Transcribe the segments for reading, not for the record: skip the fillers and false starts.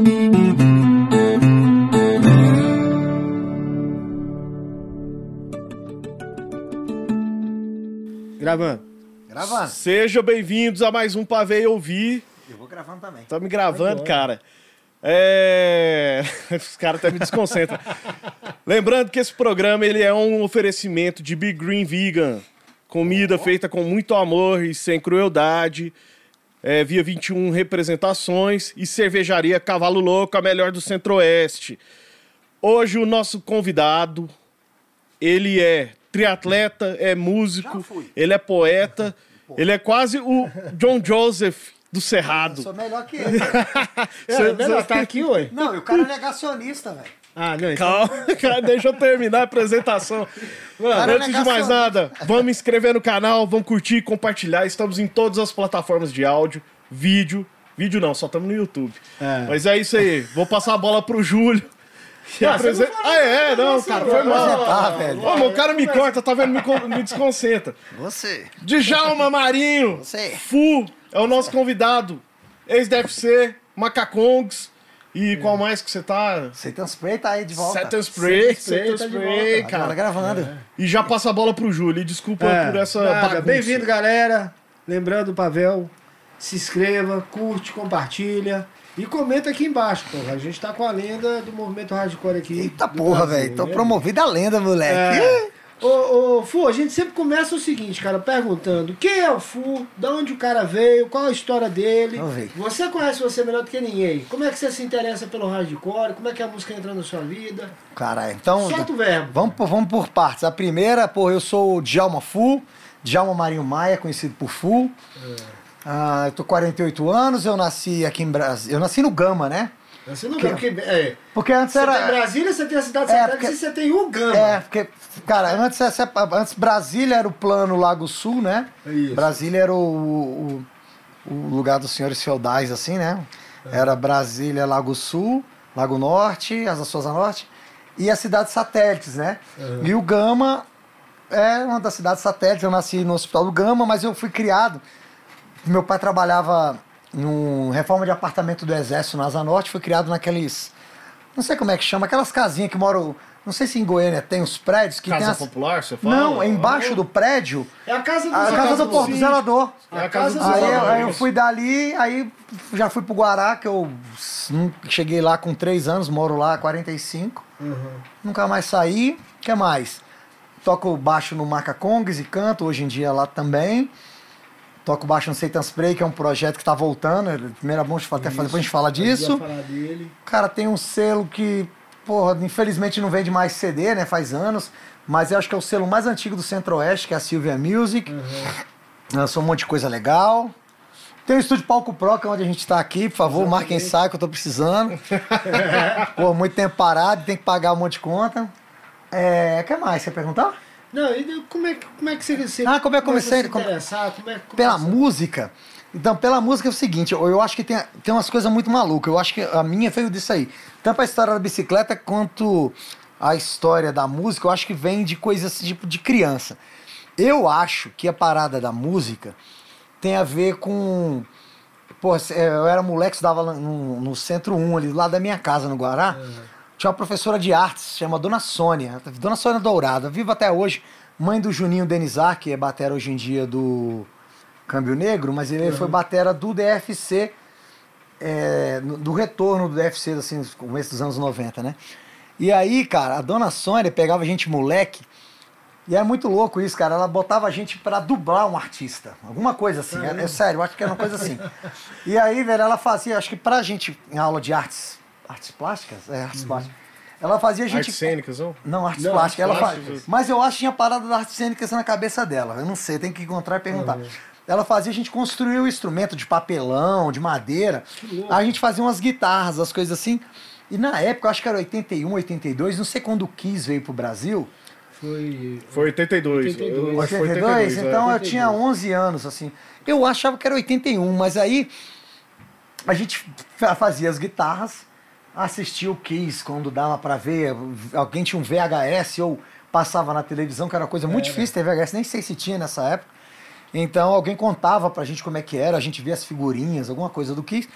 Gravando. Gravando. Sejam bem-vindos a mais um Pra Ver e Ouvir. Eu vou gravando também. Tá me gravando, cara? Os caras até me desconcentram. Lembrando que esse programa ele é um oferecimento de Big Green Vegan. Comida feita com muito amor e sem crueldade. Via 21 representações. E cervejaria Cavalo Louco, a melhor do Centro-Oeste. Hoje o nosso convidado, ele é triatleta, é músico, ele é poeta, ele é quase o John Joseph do Cerrado. Eu sou melhor que ele. Melhor tá aqui, ué. Não, e o cara é negacionista, velho. Ah, não, Calma, cara, deixa eu terminar a apresentação. Mano, antes de mais nada, vamos inscrever no canal, vamos curtir, compartilhar. Estamos em todas as plataformas de áudio, vídeo. Vídeo não, só estamos no YouTube. Mas é isso aí. Vou passar a bola pro Júlio. Não, cara, foi mal. Velho. O cara me corta, tá vendo? Me desconcentra. Você. Djalma Marinho. Você. Fu é o nosso convidado. Ex-DFC, Macacongs. E qual mais que você tá? Satan Spray tá aí de volta. Satan Spray, cara. Agora gravando. E já passa a bola pro Júlio. E desculpa por essa bagunça. Bem-vindo, galera. Lembrando o Pavel, se inscreva, curte, compartilha. E comenta aqui embaixo, porra. A gente tá com a lenda do movimento hardcore aqui. Eita porra, velho. Tô promovido a lenda, moleque. Fu, a gente sempre começa o seguinte, cara, perguntando quem é o Fu, de onde o cara veio, qual a história dele. Você conhece você melhor do que ninguém. Como é que você se interessa pelo hardcore? Como é que a música entra na sua vida? Caralho, então... Solta o verbo. Vamos por partes. A primeira, eu sou o Djalma Fu, Djalma Marinho Maia, conhecido por Fu. Eu tô com 48 anos, eu nasci aqui em Brasília. Eu nasci no Gama, né? Nasci no Gama, porque antes era... Você tem Brasília, você tem a cidade satélite e você tem o Gama. Porque, cara, antes Brasília era o plano Lago Sul, né? Isso. Brasília era o lugar dos senhores feudais, assim, né? Era Brasília, Lago Sul, Lago Norte, as Açores a Norte, e as cidades satélites, né? E o Gama é uma das cidades satélites. Eu nasci no Hospital do Gama, mas eu fui criado... Meu pai trabalhava em reforma de apartamento do Exército na Asa Norte, foi criado naqueles... Não sei como é que chama, aquelas casinhas que moram... Não sei se em Goiânia tem os prédios que Casa tem popular, você fala? Não, embaixo do prédio... É a casa do Porto Zelador. É a casa do Aí eu fui dali, aí já fui pro Guará, que eu cheguei lá com 3 anos, moro lá há 45. Nunca mais saí. O que mais? Toco baixo no Macacongs e canto, hoje em dia lá também. Toco baixo no Satan Spray, que é um projeto que tá voltando. Primeiro é bom até depois a gente fala disso. Cara, tem um selo que, porra, infelizmente não vende mais CD, né? Faz anos. Mas eu acho que é o selo mais antigo do Centro-Oeste, que é a Silvia Music. Lançou um monte de coisa legal. Tem o Estúdio Palco Pro, que é onde a gente tá aqui. Por favor, marquem ensaio que eu tô precisando. Pô, muito tempo parado, tem que pagar um monte de conta. O que mais? Quer perguntar? Não, e como é que você... como é que comecei? Pela música. Então, pela música é o seguinte, eu acho que tem umas coisas muito malucas. Eu acho que a minha veio disso aí. Tanto a história da bicicleta quanto a história da música, eu acho que vem de coisas tipo de criança. Eu acho que a parada da música tem a ver com... Pô, eu era moleque, estudava no Centro 1, ali do lado da minha casa, no Guará. Tinha uma professora de artes, chama Dona Sônia. Dona Sônia Dourada, viva até hoje. Mãe do Juninho Denizar, que é batera hoje em dia do Câmbio Negro, mas ele foi batera do DFC, do retorno do DFC, assim, no começo dos anos 90, né? E aí, cara, a Dona Sônia pegava a gente moleque, e era muito louco isso, cara. Ela botava a gente pra dublar um artista, alguma coisa assim. É sério, eu acho que era uma coisa assim. E aí, velho, ela fazia, acho que pra gente, em aula de artes plásticas? Artes plásticas. Ela fazia a gente... Artes cênicas, não? Não, artes plásticas. Mas eu acho que tinha parada das artes cênicas na cabeça dela. Eu não sei, tem que encontrar e perguntar. Ela fazia a gente construir o instrumento de papelão, de madeira. A gente fazia umas guitarras, as coisas assim. E na época, eu acho que era 81, 82, não sei quando o Kiss veio pro Brasil. Foi 82. 82? Então eu tinha 11 anos, assim. Eu achava que era 81, mas aí a gente fazia as guitarras, assistia o Kiss quando dava pra ver, alguém tinha um VHS ou passava na televisão, que era uma coisa muito difícil ter VHS, nem sei se tinha nessa época. Então alguém contava pra gente como é que era, a gente via as figurinhas, alguma coisa do Kiss.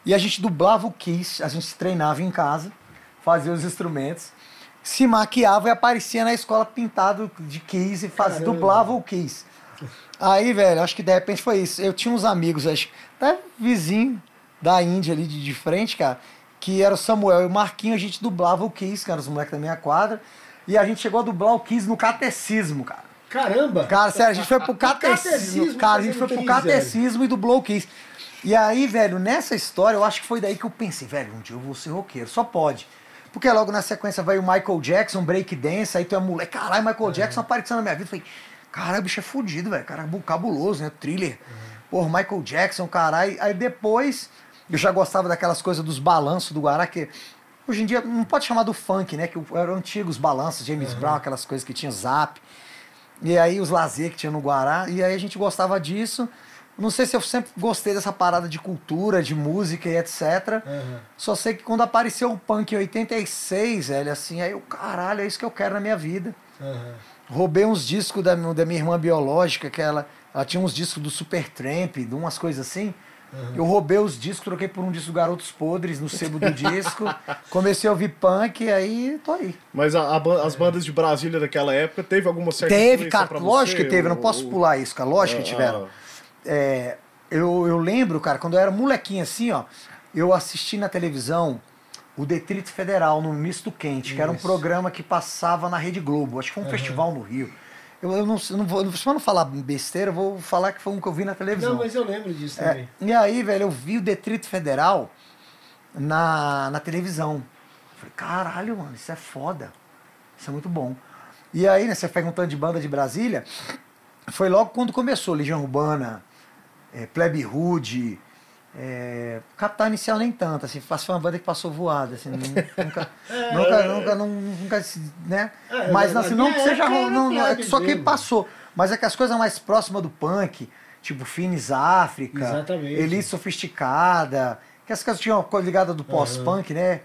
E a gente dublava o Kiss, a gente treinava em casa, fazia os instrumentos, se maquiava e aparecia na escola pintado de Kiss e dublava o Kiss. Aí, velho, acho que de repente foi isso. Eu tinha uns amigos, acho até vizinho da Índia ali de frente, cara, que era o Samuel e o Marquinho, a gente dublava o Kiss, cara, os moleques da minha quadra, e a gente chegou a dublar o Kiss no catecismo, cara. Caramba! Cara, sério, a gente foi pro catecismo. Cara, a gente foi pro catecismo e dublou o Kiss. E aí, velho, nessa história, eu acho que foi daí que eu pensei, velho, um dia eu vou ser roqueiro, só pode. Porque logo na sequência vai o Michael Jackson, breakdance, aí tu é moleque, caralho, Michael Jackson apareceu na minha vida. Eu falei, caralho, o bicho é fudido, velho, cara, cabuloso, né, thriller. Porra, Michael Jackson, caralho. Aí depois, eu já gostava daquelas coisas dos balanços do Guará, que hoje em dia não pode chamar do funk, né, que eram antigos balanços, James Brown, aquelas coisas que tinha Zap. E aí os lazer que tinha no Guará, e aí a gente gostava disso. Não sei se eu sempre gostei dessa parada de cultura, de música e etc. Só sei que quando apareceu o punk em 86, velho, assim, aí eu, caralho, é isso que eu quero na minha vida. Roubei uns discos da minha irmã biológica, que ela tinha uns discos do Supertramp, de umas coisas assim. Eu roubei os discos, troquei por um disco do Garotos Podres no sebo do disco. Comecei a ouvir punk e aí tô aí. Mas as bandas de Brasília daquela época teve alguma certa Teve, cara, lógico que teve, eu não posso pular isso, cara, lógico que tiveram. Eu lembro, cara, quando eu era molequinho assim, ó, eu assisti na televisão o Detrito Federal no Misto Quente, que era um programa que passava na Rede Globo, acho que foi um festival no Rio. Eu não vou, se eu não falar besteira, eu vou falar que foi um que eu vi na televisão. Não, mas eu lembro disso também. E aí, velho, eu vi o Detrito Federal na televisão. Falei, caralho, mano, isso é foda. Isso é muito bom. E aí, né, você perguntando de banda de Brasília, foi logo quando começou Legião Urbana, Plebe Rude, Capital Inicial nem tanto, assim, foi uma banda que passou voada, assim, nunca, né? Mas assim, não que seja só que passou. Mas é que as coisas mais próximas do punk, tipo Finis África, Elite Sofisticada, que as coisas tinham uma coisa ligada do pós-punk, né?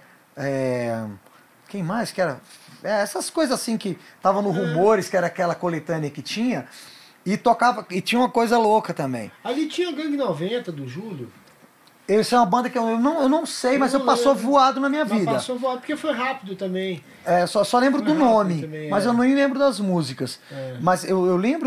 Quem mais que era? Essas coisas assim que estavam no Rumores, que era aquela coletânea que tinha, e tocava, e tinha uma coisa louca também. Ali tinha Gangue 90 do Júlio. Essa é uma banda que eu não sei, mas passou voado na minha vida. Passou voado porque foi rápido também. Só lembro do nome, também, mas eu nem lembro das músicas. Mas eu lembro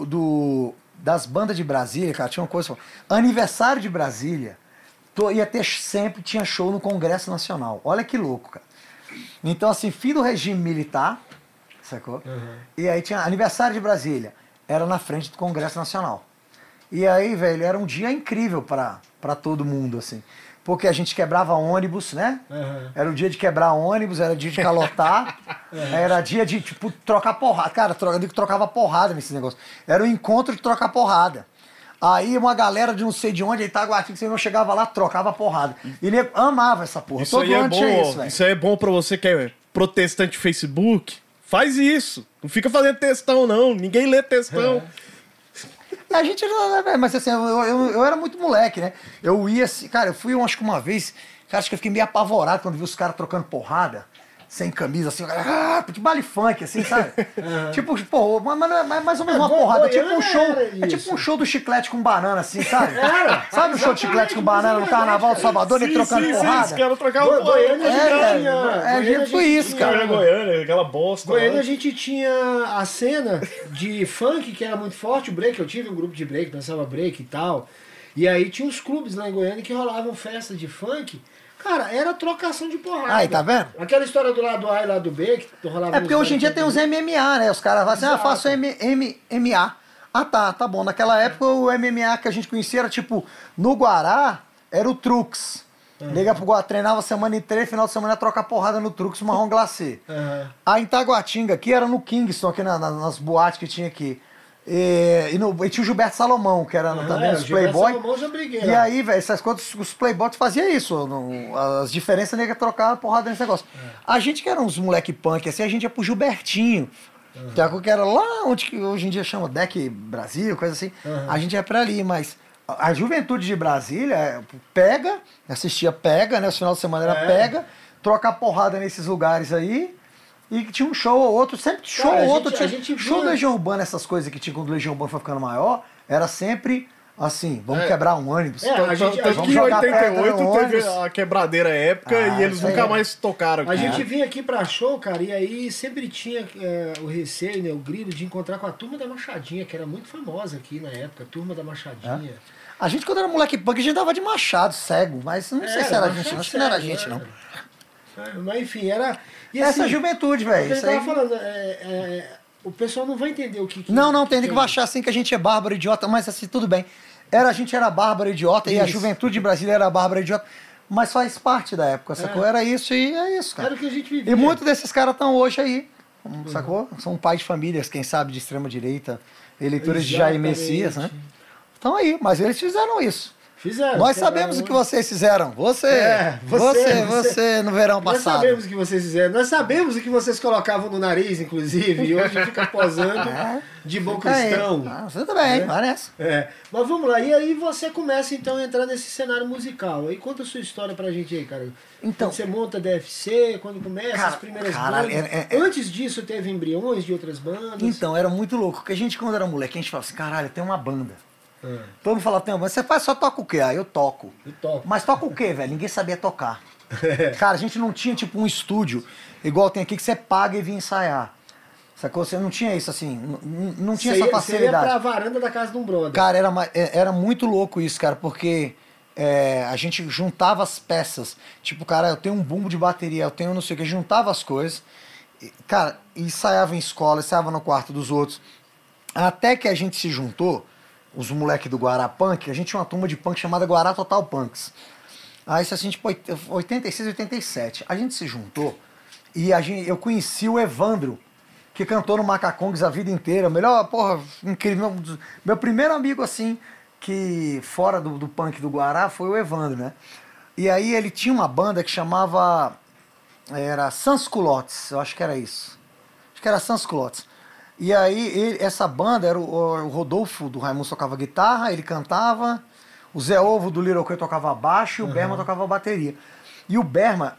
das bandas de Brasília, cara, tinha uma coisa. Aniversário de Brasília, ia ter sempre, tinha show no Congresso Nacional. Olha que louco, cara. Então, assim, fim do regime militar, sacou? E aí tinha aniversário de Brasília, era na frente do Congresso Nacional. E aí, velho, era um dia incrível pra todo mundo, assim. Porque a gente quebrava ônibus, né? Era o dia de quebrar ônibus, era dia de calotar, era dia de, tipo, trocar porrada. Cara, eu trocava porrada nesse negócio. Era um encontro de trocar porrada. Aí uma galera de não sei de onde, Itaguatinga, você não chegava lá, trocava porrada. E ele amava essa porra. Isso aí é bom, isso aí é bom pra você que é protestante Facebook. Faz isso. Não fica fazendo textão, não. Ninguém lê textão. A gente, mas assim, eu era muito moleque, né? Eu ia assim, cara, eu fui, acho que uma vez, cara, acho que eu fiquei meio apavorado quando vi os caras trocando porrada, sem camisa, assim, tipo baile funk, assim, sabe? Tipo, pô, mas não é mais ou menos uma porrada, é tipo um show, tipo um show do Chiclete com banana, assim, sabe? Sabe o show de Chiclete com banana no Carnaval de Salvador, ele trocando porrada? Sim, os caras trocavam porrada. Foi isso, cara. Goiânia, aquela bosta. Goiânia, a gente tinha a cena de funk, que era muito forte, o break, eu tive um grupo de break, dançava break e tal. E aí tinha uns clubes lá em Goiânia que rolavam festa de funk. Cara, era trocação de porrada. Aí, tá vendo? Aquela história do lado A e lado B, que rolava. Porque hoje em dia tem os MMA, né? Os caras falam assim, faço MMA. Ah, tá bom. Naquela época o MMA que a gente conhecia era tipo, no Guará, era o Trux. Liga pro Guará, treinava semana inteira, final de semana troca porrada no Trux, marrom glacê. Aí em Taguatinga aqui era no Kingston, aqui nas boates que tinha aqui. E tinha o Gilberto Salomão, que era também os Playboy. Salomão, já briguei, e aí, velho, essas coisas, os Playboys faziam isso. As diferenças negras trocavam porrada nesse negócio. A gente que era uns moleque punk, assim, a gente ia pro Gilbertinho. Que era lá onde que hoje em dia chama Deck Brasil, coisa assim. A gente ia pra ali, mas a juventude de Brasília assistia Pega, né? Os final de semana era Pega, trocar porrada nesses lugares aí. E tinha um show ou outro, sempre show ou outro. Show da Legião Urbana, essas coisas que tinha quando a Legião Urbana foi ficando maior, era sempre Assim, vamos quebrar um ônibus. Tanto que em 88 teve a quebradeira épica e eles nunca mais tocaram aqui. A gente vinha aqui pra show, cara, e aí sempre tinha o receio, né, o grilo de encontrar com a Turma da Machadinha, que era muito famosa aqui na época, Turma da Machadinha. A gente, quando era moleque punk, a gente dava de machado, cego, mas não sei se era a gente, acho que não era a gente, não. Mas enfim, era... E, essa juventude, velho. Eu tava falando, o pessoal não vai entender o que não tem que achar assim que a gente é bárbaro, idiota, mas assim, tudo bem. A gente era bárbaro, idiota, e a juventude brasileira era bárbara, idiota, mas faz parte da época, sacou? Era isso e é isso, cara. Era o que a gente vivia. E muitos desses caras estão hoje aí, sacou? São pais de famílias, quem sabe, de extrema-direita, eleitores de Jair Messias, né? Estão aí, mas eles fizeram isso. Nós sabemos o que vocês fizeram. Você no verão passado. Nós sabemos o que vocês fizeram. Nós sabemos o que vocês colocavam no nariz, inclusive. E hoje fica posando de bom cristão. Você também, vai nessa. Mas vamos lá. E aí você começa então a entrar nesse cenário musical. Aí conta a sua história pra gente aí, cara. Então, quando você monta DFC, quando começa as primeiras bandas. Antes disso teve embriões de outras bandas. Então, era muito louco. Porque a gente, quando era moleque, a gente falava assim, caralho, tem uma banda. Todo mundo falava, mas você só toca o quê? Aí eu toco. Mas toca o quê, velho? Ninguém sabia tocar. Cara, a gente não tinha tipo um estúdio igual tem aqui que você paga e vem ensaiar. Sacou? Você não tinha isso assim, não tinha essa facilidade. Você ia pra varanda da casa de um brother. Cara, era muito louco isso, cara, porque a gente juntava as peças. Tipo, cara, eu tenho um bumbo de bateria, eu tenho não sei o que, juntava as coisas. Cara, ensaiava em escola, ensaiava no quarto dos outros. Até que a gente se juntou, os moleques do Guará Punk, a gente tinha uma turma de punk chamada Guará Total Punks. Aí isso assim, tipo, 86, 87. A gente se juntou e eu conheci o Evandro, que cantou no Macacongs a vida inteira. Melhor, porra, incrível. Meu primeiro amigo, assim, que fora do punk do Guará foi o Evandro, né? E aí ele tinha uma banda que chamava... Era Sans Culottes, eu acho que era isso. Acho que era Sans Culottes. E aí, essa banda era o Rodolfo do Raimundo tocava guitarra, ele cantava, o Zé Ovo do Little Quay tocava baixo e o Berma tocava bateria. E o Berma,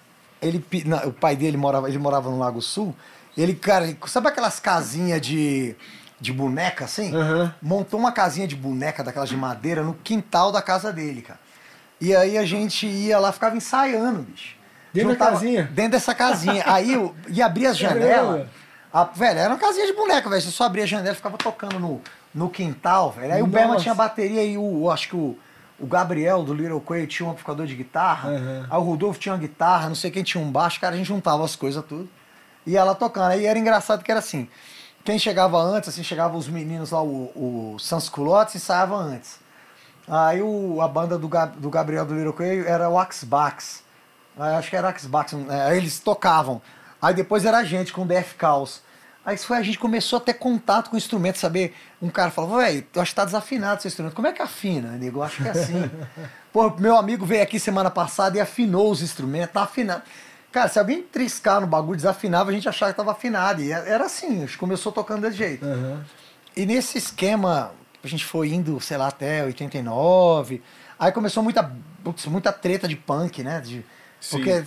o pai dele morava no Lago Sul, cara, sabe aquelas casinhas de boneca assim? Montou uma casinha de boneca daquelas de madeira no quintal da casa dele, cara. E aí a gente ia lá, ficava ensaiando, bicho. Dentro da casinha? Dentro dessa casinha. Aí ia abrir as janelas. Velho, era uma casinha de boneca, velho. Você só abria a janela e ficava tocando no quintal, velho. Aí o Berma tinha bateria e acho que o Gabriel do Little Quay tinha um amplificador de guitarra. Aí o Rodolfo tinha uma guitarra, não sei quem tinha um baixo. Cara, a gente juntava as coisas tudo. E ia lá tocando. Aí era engraçado que era assim. Quem chegava antes, assim, chegavam os meninos lá, o Sans Culottes, ensaiava antes. Aí a banda do Gabriel do Little Quay era o Axbax. Acho que era Axbax. Aí eles tocavam. Aí depois era a gente com o DF Caos. Aí a gente começou a ter contato com o instrumento, saber. Um cara falava, velho, eu acho que tá desafinado esse instrumento. Como é que afina, nego? Eu acho que é assim. Pô, meu amigo veio aqui semana passada e afinou os instrumentos, tá afinado. Cara, se alguém triscar no bagulho, desafinava, a gente achava que tava afinado. E era assim, a gente começou tocando desse jeito. E nesse esquema, a gente foi indo, sei lá, até 89. Aí começou muita treta de punk, né? Porque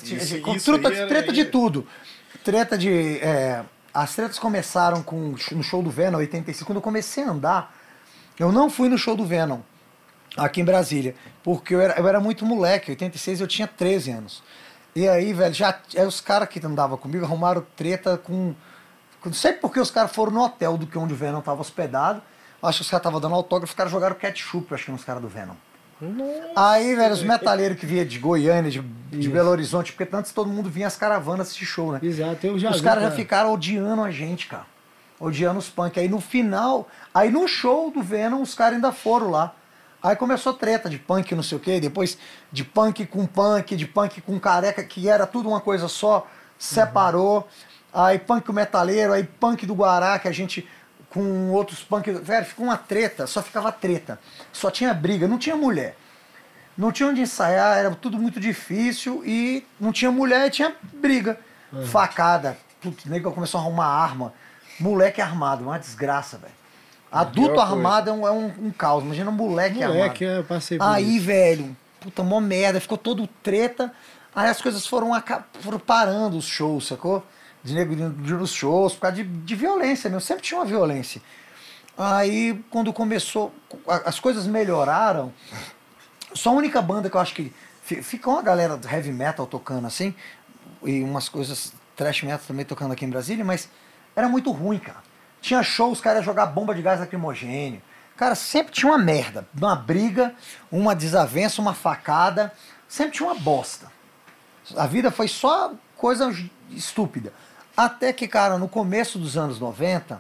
treta de tudo. Treta de... As tretas começaram no show do Venom, 85. Quando eu comecei a andar, eu não fui no show do Venom, aqui em Brasília, porque eu era muito moleque. Em 86 eu tinha 13 anos. E aí, velho, aí os caras que andavam comigo arrumaram treta com... Não sei porque os caras foram no hotel onde o Venom estava hospedado. Acho que os caras estavam dando autógrafo, os caras jogaram ketchup, acho que nos caras do Venom. Nossa. Aí, velho, os metaleiros que vinham de Goiânia, de Belo Horizonte, porque antes todo mundo vinha as caravanas assistir show, né? Exato, os caras já ficaram odiando a gente, cara. Odiando os punk. Aí no final, aí no show do Venom, os caras ainda foram lá. Aí começou treta de punk, não sei o quê, depois de punk, de punk com careca, que era tudo uma coisa só, separou. Aí punk com metaleiro, aí punk do Guará, que a gente... com outros punk, velho, ficou uma treta, só ficava treta, só tinha briga, não tinha mulher, não tinha onde ensaiar, era tudo muito difícil e não tinha mulher e tinha briga, facada, o nego começou a arrumar arma, moleque armado, uma desgraça, velho. Adulto armado é um caos, imagina um moleque armado. Eu passei por aí, isso. Velho, puta, mó merda, ficou todo treta, aí as coisas foram parando os shows, sacou? De nego nos shows, por causa de violência mesmo. Sempre tinha uma violência. Aí, quando começou, as coisas melhoraram. Só a única banda que eu acho que... Fica uma galera do heavy metal tocando assim, e umas coisas thrash metal também tocando aqui em Brasília, mas era muito ruim, cara. Tinha show, os caras iam jogar bomba de gás lacrimogêneo. Cara, sempre tinha uma merda. Uma briga, uma desavença, uma facada. Sempre tinha uma bosta. A vida foi só coisa estúpida. Até que, cara, no começo dos anos 90,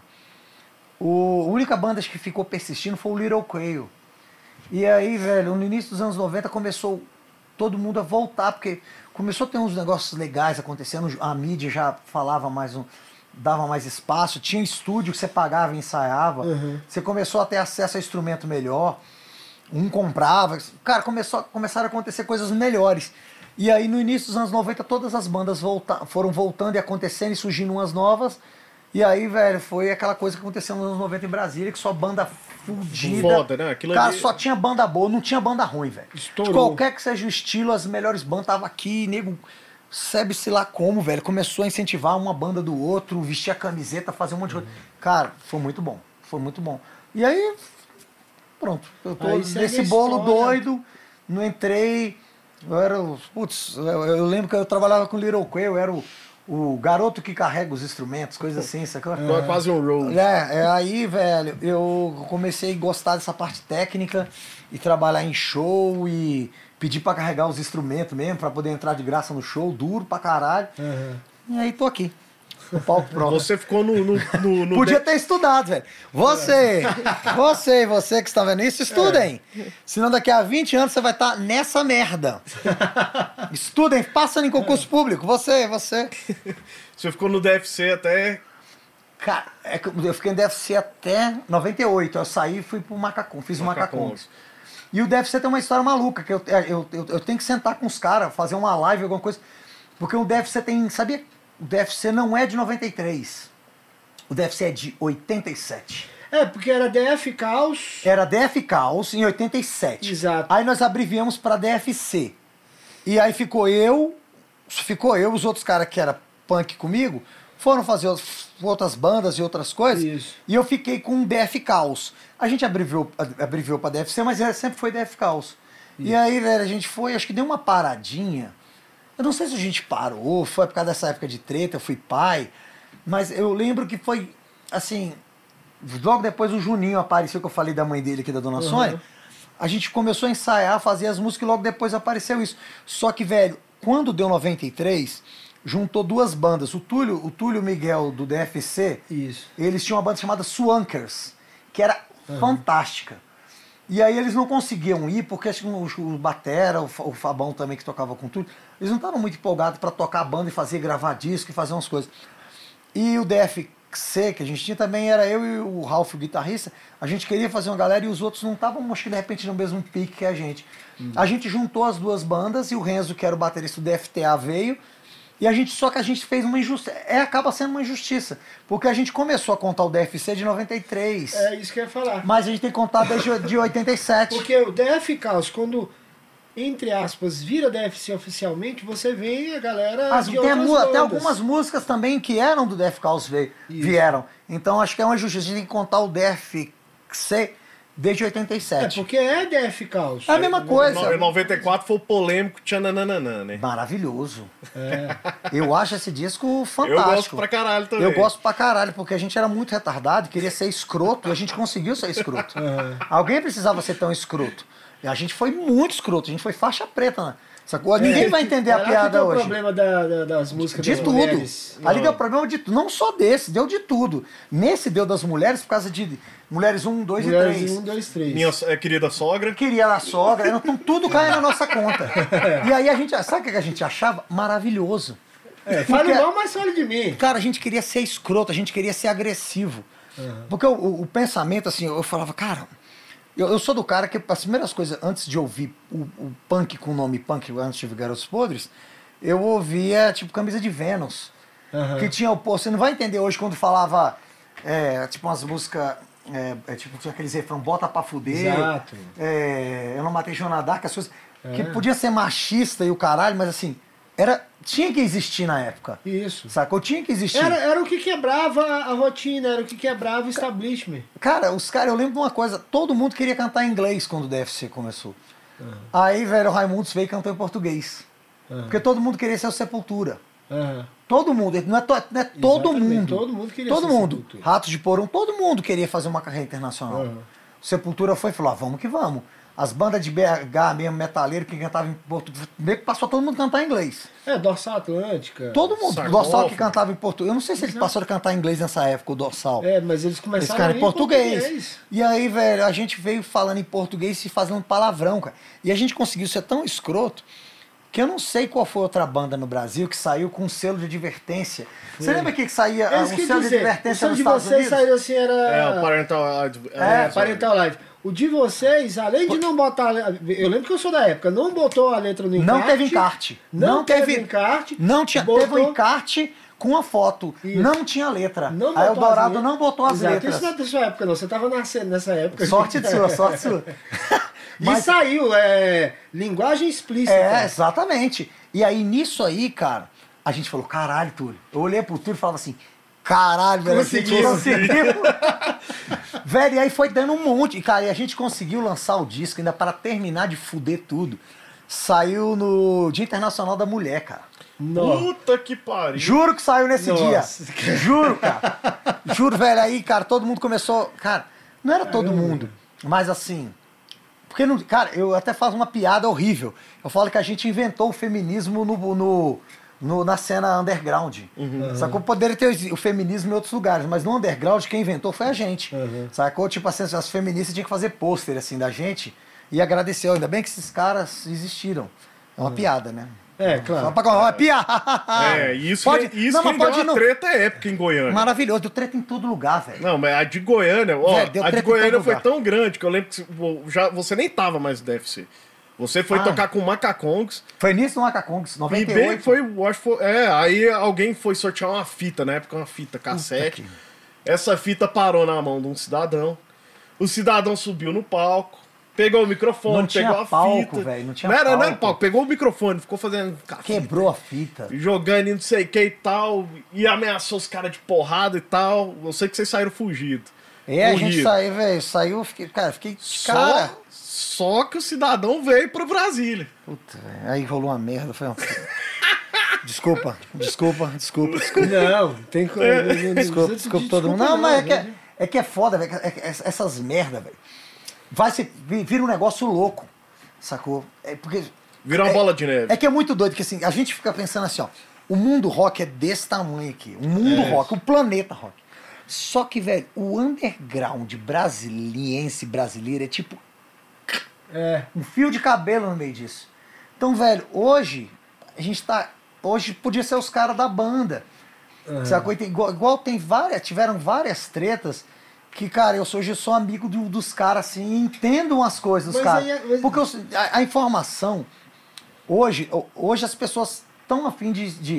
a única banda que ficou persistindo foi o Little Quail. E aí, velho, no início dos anos 90 começou todo mundo a voltar, porque começou a ter uns negócios legais acontecendo, a mídia já falava mais, dava mais espaço, tinha estúdio que você pagava e ensaiava, você começou a ter acesso a instrumento melhor, comprava, cara, começaram a acontecer coisas melhores. E aí no início dos anos 90 todas as bandas foram voltando e acontecendo e surgindo umas novas, e aí, velho, foi aquela coisa que aconteceu nos anos 90 em Brasília, que só banda fudida. Foda, né? Aquilo cara, ali... só tinha banda boa, não tinha banda ruim, velho. De qualquer que seja o estilo, as melhores bandas estavam aqui, nego, sabe-se lá como, velho. Começou a incentivar uma banda do outro, vestir a camiseta, fazer um monte de coisa. Cara, foi muito bom, foi muito bom. E aí, pronto, eu tô nesse bolo doido, não entrei, eu era, putz, eu lembro que eu trabalhava com Little Quail, eu era o garoto que carrega os instrumentos, coisa assim, sacou? É quase um road. Aí, velho, eu comecei a gostar dessa parte técnica e trabalhar em show e pedir pra carregar os instrumentos mesmo, pra poder entrar de graça no show, duro pra caralho. E aí tô aqui. O palco próprio. Você ficou no Podia ter estudado, velho. Você que está vendo isso, estudem. Senão daqui a 20 anos você vai estar nessa merda. Estudem, passando em concurso público. Você. Você ficou no DFC até... Cara, eu fiquei no DFC até 98. Eu saí e fui pro Macacon, fiz o Macacons. E o DFC tem uma história maluca, que eu tenho que sentar com os caras, fazer uma live, alguma coisa. Porque o DFC tem, sabia? O DFC não é de 93. O DFC é de 87. Porque era DF Caos. Era DF Caos em 87. Exato. Aí nós abreviamos para DFC. E aí ficou eu, os outros caras que eram punk comigo, foram fazer outras bandas e outras coisas. Isso. E eu fiquei com DF Caos. A gente abreviou para DFC, mas sempre foi DF Caos. Isso. E aí, velho, a gente foi, acho que deu uma paradinha. Eu não sei se a gente parou, foi por causa dessa época de treta, eu fui pai, mas eu lembro que foi, assim, logo depois o Juninho apareceu, que eu falei da mãe dele aqui, da Dona Sônia, a gente começou a ensaiar, fazer as músicas e logo depois apareceu isso. Só que, velho, quando deu 93, juntou duas bandas, o Túlio Miguel do DFC, eles tinham uma banda chamada Swankers, que era fantástica. E aí eles não conseguiam ir, porque acho que o Batera, o Fabão também que tocava com tudo, eles não estavam muito empolgados para tocar a banda e gravar disco e fazer umas coisas. E o DFC, que a gente tinha também, era eu e o Ralph, o guitarrista, a gente queria fazer uma galera e os outros não estavam, acho que de repente, no mesmo pique que a gente. A gente juntou as duas bandas e o Renzo, que era o baterista do DFTA, veio. Só que a gente fez uma injustiça. Acaba sendo uma injustiça. Porque a gente começou a contar o DFC de 93. É isso que eu ia falar. Mas a gente tem que contar desde de 87. Porque o DF Caos, quando, entre aspas, vira DFC oficialmente, você vê a galera de outras bandas. Até algumas músicas também que eram do DF Caos vieram. Então acho que é uma injustiça. A gente tem que contar o DFC desde 87. Porque é DF Caos. É a mesma coisa. Em 94 foi o polêmico Tchananana, né? Maravilhoso. Eu acho esse disco fantástico. Eu gosto pra caralho também. Eu gosto pra caralho, porque a gente era muito retardado, queria ser escroto, e a gente conseguiu ser escroto. Alguém precisava ser tão escroto. E a gente foi muito escroto, a gente foi faixa preta, né? Sacou? Ninguém vai entender a piada hoje. O problema das músicas de das tudo. mulheres. Ali deu problema de tudo. Não só desse, deu de tudo. Nesse deu das mulheres por causa de mulheres 1, 2 e 3. 1, 2, 3. Minha querida sogra. Queria a sogra. Então tudo cai na nossa conta. E aí a gente, sabe o que a gente achava? Maravilhoso. Fale mal, mas fale de mim. Cara, a gente queria ser escroto, a gente queria ser agressivo. Porque o pensamento, assim, eu falava, cara... Eu sou do cara que as primeiras coisas, antes de ouvir o punk com o nome punk, antes de ouvir Garotos Podres, eu ouvia, tipo, Camisa de Vênus. Que tinha você não vai entender hoje quando falava, tipo, umas músicas, tipo, tinha aqueles refrão, bota pra fuder. Exato. Eu não matei Jonah Dark, as coisas, que podia ser machista e o caralho, mas assim, tinha que existir na época. Isso. Sacou? Tinha que existir. Era o que quebrava a rotina, era o que quebrava o establishment. Cara, eu lembro de uma coisa, todo mundo queria cantar em inglês quando o DFC começou. Aí, velho, o Raimundos veio e cantou em português. Porque todo mundo queria ser o Sepultura. Todo mundo, não é todo mundo. Todo mundo queria todo ser mundo. Sepultura. Ratos de Porão, todo mundo queria fazer uma carreira internacional. O Sepultura foi e falou, vamos que vamos. As bandas de BH mesmo, metaleiro, que cantavam em português, meio que passou todo mundo a cantar em inglês. Dorsal Atlântica. Todo mundo. O Dorsal que cantava em português. Eu não sei se eles passaram a cantar em inglês nessa época, o Dorsal. Mas eles começaram a em português. E aí, velho, a gente veio falando em português e fazendo palavrão, cara. E a gente conseguiu ser tão escroto que eu não sei qual foi outra banda no Brasil que saiu com um selo de advertência. Você lembra que saía um selo de advertência nos Estados Unidos? O selo de vocês saiu assim, era... o Parental Live. Parental Live. O de vocês, além de não botar... Eu lembro que eu sou da época, não botou a letra no encarte. Não teve encarte. Não teve encarte. Não tinha, teve um encarte com a foto. Isso. Não tinha letra. Aí o Dourado não botou as letras. Isso não é da sua época, não. Você estava nascendo nessa época. Sorte sua, sorte sua. Mas... E saiu, linguagem explícita. Exatamente. E aí, nisso aí, cara, a gente falou, caralho, Túlio. Eu olhei pro Túlio e falava assim, caralho, velho, conseguiu. Velho, e aí foi dando um monte. E, cara, e a gente conseguiu lançar o disco, ainda para terminar de fuder tudo. Saiu no Dia Internacional da Mulher, cara. Puta que pariu. Juro que saiu nesse dia. Juro, cara. Juro, velho. Aí, cara, todo mundo começou... Cara, não era todo mundo, mas assim... Porque, não, cara, eu até faço uma piada horrível. Eu falo que a gente inventou o feminismo na cena underground. Sacou? Poderia ter o feminismo em outros lugares, mas no underground quem inventou foi a gente. Sacou? Tipo assim, as feministas tinham que fazer pôster assim da gente e agradecer. Ainda bem que esses caras existiram. É uma piada, né? Claro. Só pra piada. Isso pode, isso não, deu uma treta épica em Goiânia. Maravilhoso, deu treta em todo lugar, velho. Não, mas a de Goiânia, a de Goiânia foi tão grande que eu lembro que você nem tava mais no DFC. Você foi tocar com o Macacongs. Foi nisso no Macacongs, 98. E bem foi, acho que foi, aí alguém foi sortear uma fita, na época uma fita cassete. Essa fita parou na mão de um cidadão. O cidadão subiu no palco. Pegou o microfone, pegou a fita. Véio, não tinha palco. Não era palco. Pegou o microfone, ficou fazendo... Quebrou a fita. Jogando e não sei o que e tal. E ameaçou os caras de porrada e tal. Eu sei que vocês saíram fugidos. A gente saiu, velho. Saiu, fiquei... Só que o cidadão veio pro Brasília. Puta, velho. Aí rolou uma merda. Foi uma... Desculpa. Não, tem coisa... Desculpa todo mundo. Não, mas é que é foda, velho. Essas merda, velho. Vira um negócio louco, sacou? Porque vira uma bola de neve. É que é muito doido, que assim, a gente fica pensando assim, ó, o mundo rock é desse tamanho aqui, o mundo rock, o planeta rock. Só que, velho, o underground brasileiro é tipo um fio de cabelo no meio disso. Então, velho, hoje podia ser os caras da banda, sacou? Igual tiveram várias tretas. Que, cara, eu hoje sou amigo dos caras, assim, entendo umas coisas dos caras. Porque a informação, hoje as pessoas estão afim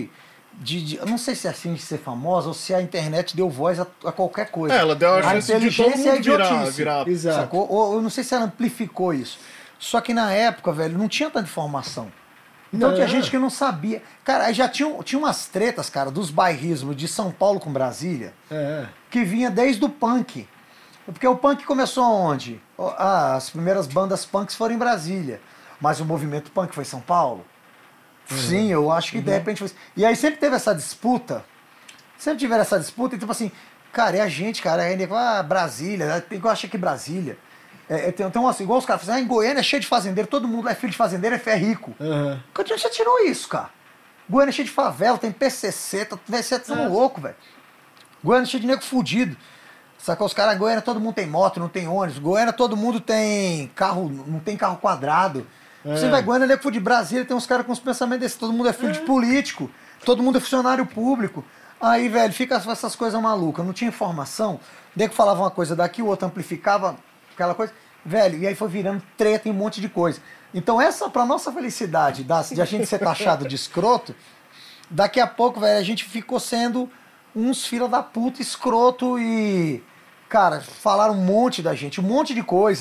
eu não sei se é afim de ser famosa ou se a internet deu voz a qualquer coisa. Ela deu a chance de todo mundo virar. Sacou? Ou eu não sei se ela amplificou isso. Só que na época, velho, não tinha tanta informação. Então tinha gente que não sabia. Cara, aí já tinha umas tretas, cara, dos bairrismos de São Paulo com Brasília, que vinha desde o punk. Porque o punk começou onde? As primeiras bandas punks foram em Brasília. Mas o movimento punk foi em São Paulo? Sim, eu acho que de repente foi. E aí sempre teve essa disputa. Sempre tiveram essa disputa, e tipo assim, cara, é a gente, cara, Brasília, igual acha que Brasília. Tem assim, igual os caras fazem, em Goiânia é cheio de fazendeiro, todo mundo é filho de fazendeiro, é rico. Onde você tirou isso, cara? Goiânia é cheio de favela, tem PCC, você tá louco, velho. Goiânia é cheio de nego fudido. Sacou? Os caras, Goiânia todo mundo tem moto, não tem ônibus. Goiânia todo mundo tem carro, não tem carro quadrado. Você vai Goiânia, nego fudido de Brasília, tem uns caras com os pensamentos desses, todo mundo é filho de político, todo mundo é funcionário público. Aí, velho, fica essas coisas malucas, não tinha informação. Nego falava uma coisa daqui, o outro amplificava aquela coisa, velho, e aí foi virando treta em um monte de coisa. Então pra nossa felicidade, de a gente ser taxado de escroto, daqui a pouco, velho, a gente ficou sendo uns fila da puta escroto e, cara, falaram um monte da gente, um monte de coisa,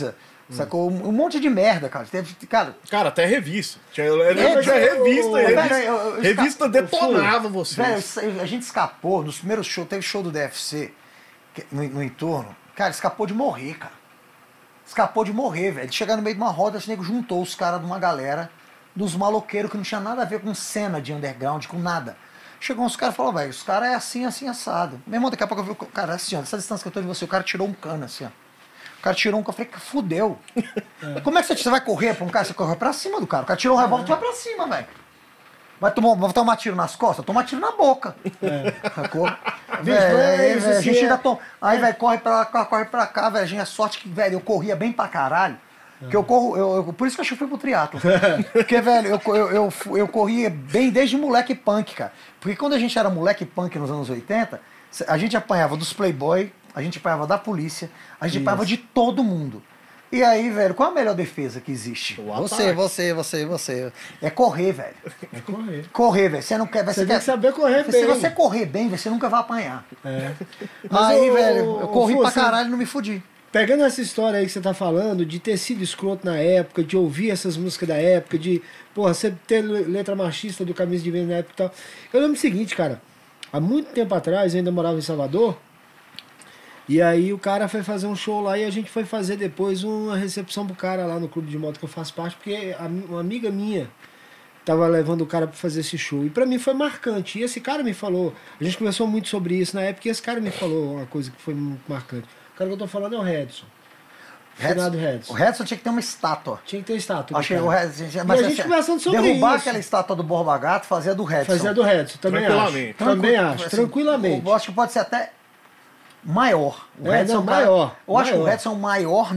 Sacou? Um monte de merda, cara. Cara, até revista. Tinha revista. Revista detonava você. Velho, a gente escapou nos primeiros shows. Teve show do DFC no entorno. Cara, escapou de morrer, cara. Escapou de morrer, velho. De chegar no meio de uma roda, esse nego juntou os caras de uma galera, dos maloqueiros que não tinha nada a ver com cena de underground, com nada. Chegou uns caras e falou, velho, os caras é assim, assim, assado. Meu irmão, daqui a pouco eu vi o cara, assim, ó, essa distância que eu tô de você, o cara tirou um cano, assim, ó. O cara tirou um cano, eu falei, fudeu. Como é que você vai correr pra um cara? Você corre pra cima do cara. O cara tirou um revólver, tu vai pra cima, velho. Vai tomar tiro nas costas? Toma tiro na boca. Sacou? A gente ainda toma. Aí, velho, corre pra cá, velho. A gente é sorte que, velho, eu corria bem pra caralho. Porque eu corro. Por isso que eu fui pro triatlo. Porque, velho, eu corria bem desde moleque punk, cara. Porque quando a gente era moleque punk nos anos 80, a gente apanhava dos playboy, a gente apanhava da polícia, a gente apanhava de todo mundo. E aí, velho, qual a melhor defesa que existe? Você. É correr, velho. É correr. Correr, velho. Você não quer. Você tem que saber correr bem. Se você correr bem, você nunca vai apanhar. Aí, velho, eu corri pra caralho e não me fudi. Pegando essa história aí que você tá falando, de ter sido escroto na época, de ouvir essas músicas da época, de, porra, você ter letra machista do Camisa de Vênus na época e tal. Eu lembro o seguinte, cara. Há muito tempo atrás, eu ainda morava em Salvador. E aí o cara foi fazer um show lá e a gente foi fazer depois uma recepção pro cara lá no clube de moto que eu faço parte, porque uma amiga minha tava levando o cara pra fazer esse show. E pra mim foi marcante. E esse cara me falou, a gente conversou muito sobre isso na época, e esse cara me falou uma coisa que foi muito marcante. O cara que eu tô falando é o Redson. O Redson tinha que ter uma estátua. Tinha que ter estátua. Achei o Redson. Mas a gente conversando sobre derrubar isso. aquela estátua do Borba Gato, fazia do Redson. Fazia do Redson, também acho. Também acho, assim, tranquilamente. Eu acho que pode ser até maior. O Redson maior. Eu acho que o Redson é o maior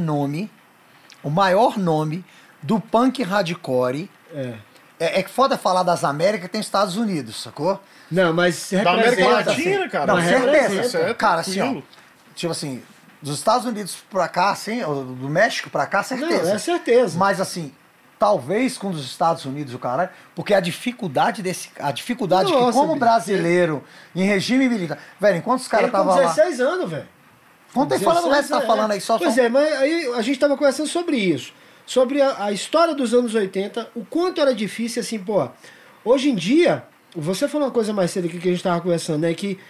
nome do punk hardcore. É foda falar das Américas, tem Estados Unidos, sacou? Não, mas da América Latina, cara. Não, certeza. Certo, cara, assim, ó, tipo assim, dos Estados Unidos pra cá, assim, do México pra cá, certeza. Não, é certeza. Mas assim, talvez com os Estados Unidos, o caralho, porque a dificuldade que como brasileiro, em regime militar, velho, enquanto os caras estavam lá... 16 anos, velho. Quanto tempo falando o resto tá falando aí? Pois é, mas aí a gente tava conversando sobre isso. Sobre a história dos anos 80, o quanto era difícil, assim, pô. Hoje em dia, você falou uma coisa mais cedo aqui que a gente tava conversando, né? Que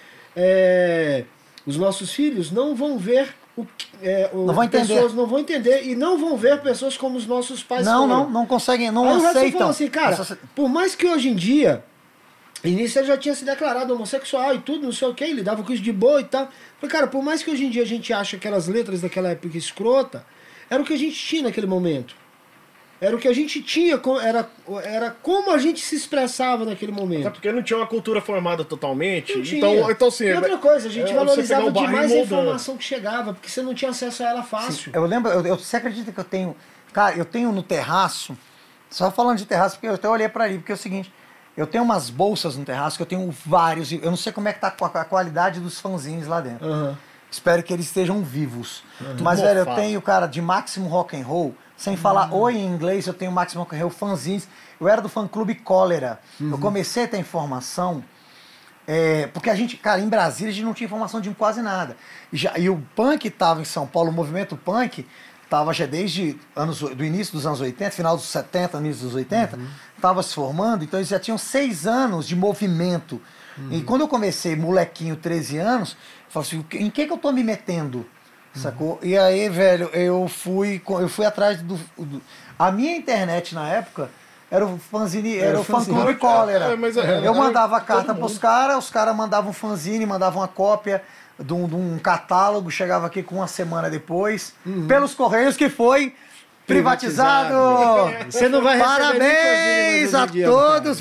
os nossos filhos não vão ver não vão entender. Pessoas não vão entender e não vão ver pessoas como os nossos pais foram. Não conseguem, não aí aceitam. Aí falou assim, cara, por mais que hoje em dia, início ele já tinha se declarado homossexual e tudo, não sei o que, ele dava com isso de boa e tal. Falei, cara, por mais que hoje em dia a gente ache aquelas letras daquela época escrota, era o que a gente tinha naquele momento. Era o que a gente tinha, era como a gente se expressava naquele momento. Até porque não tinha uma cultura formada totalmente. Não tinha. Então assim, e outra coisa, a gente valorizava demais a moldando. Informação que chegava, porque você não tinha acesso a ela fácil. Sim, eu lembro, você acredita que eu tenho... Cara, eu tenho no terraço, só falando de terraço, porque eu até olhei pra ali, porque é o seguinte, eu tenho umas bolsas no terraço, que eu tenho vários, eu não sei como é que tá a qualidade dos fanzines lá dentro. Espero que eles estejam vivos. Mas, velho, eu tenho, cara, de Máximo Rock and Roll, sem falar oi em inglês, eu tenho Máximo Rock and Roll, fanzines. Eu era do fã-clube Cólera. Eu comecei a ter informação, porque a gente, cara, em Brasília a gente não tinha informação de quase nada. E o punk estava em São Paulo, o movimento punk estava já desde do início dos anos 80, final dos 70, início dos 80, estava se formando, então eles já tinham 6 anos de movimento. E quando eu comecei, molequinho, 13 anos, eu falei assim, em que eu tô me metendo? Sacou? E aí, velho, eu fui atrás a minha internet na época era o fanzine, era o fã-clube Cólera. Eu mandava carta pros caras, os caras mandavam um fanzine, mandavam uma cópia de um catálogo, chegava aqui com uma semana depois, pelos Correios, que foi privatizado. Você não vai receber. Parabéns a todos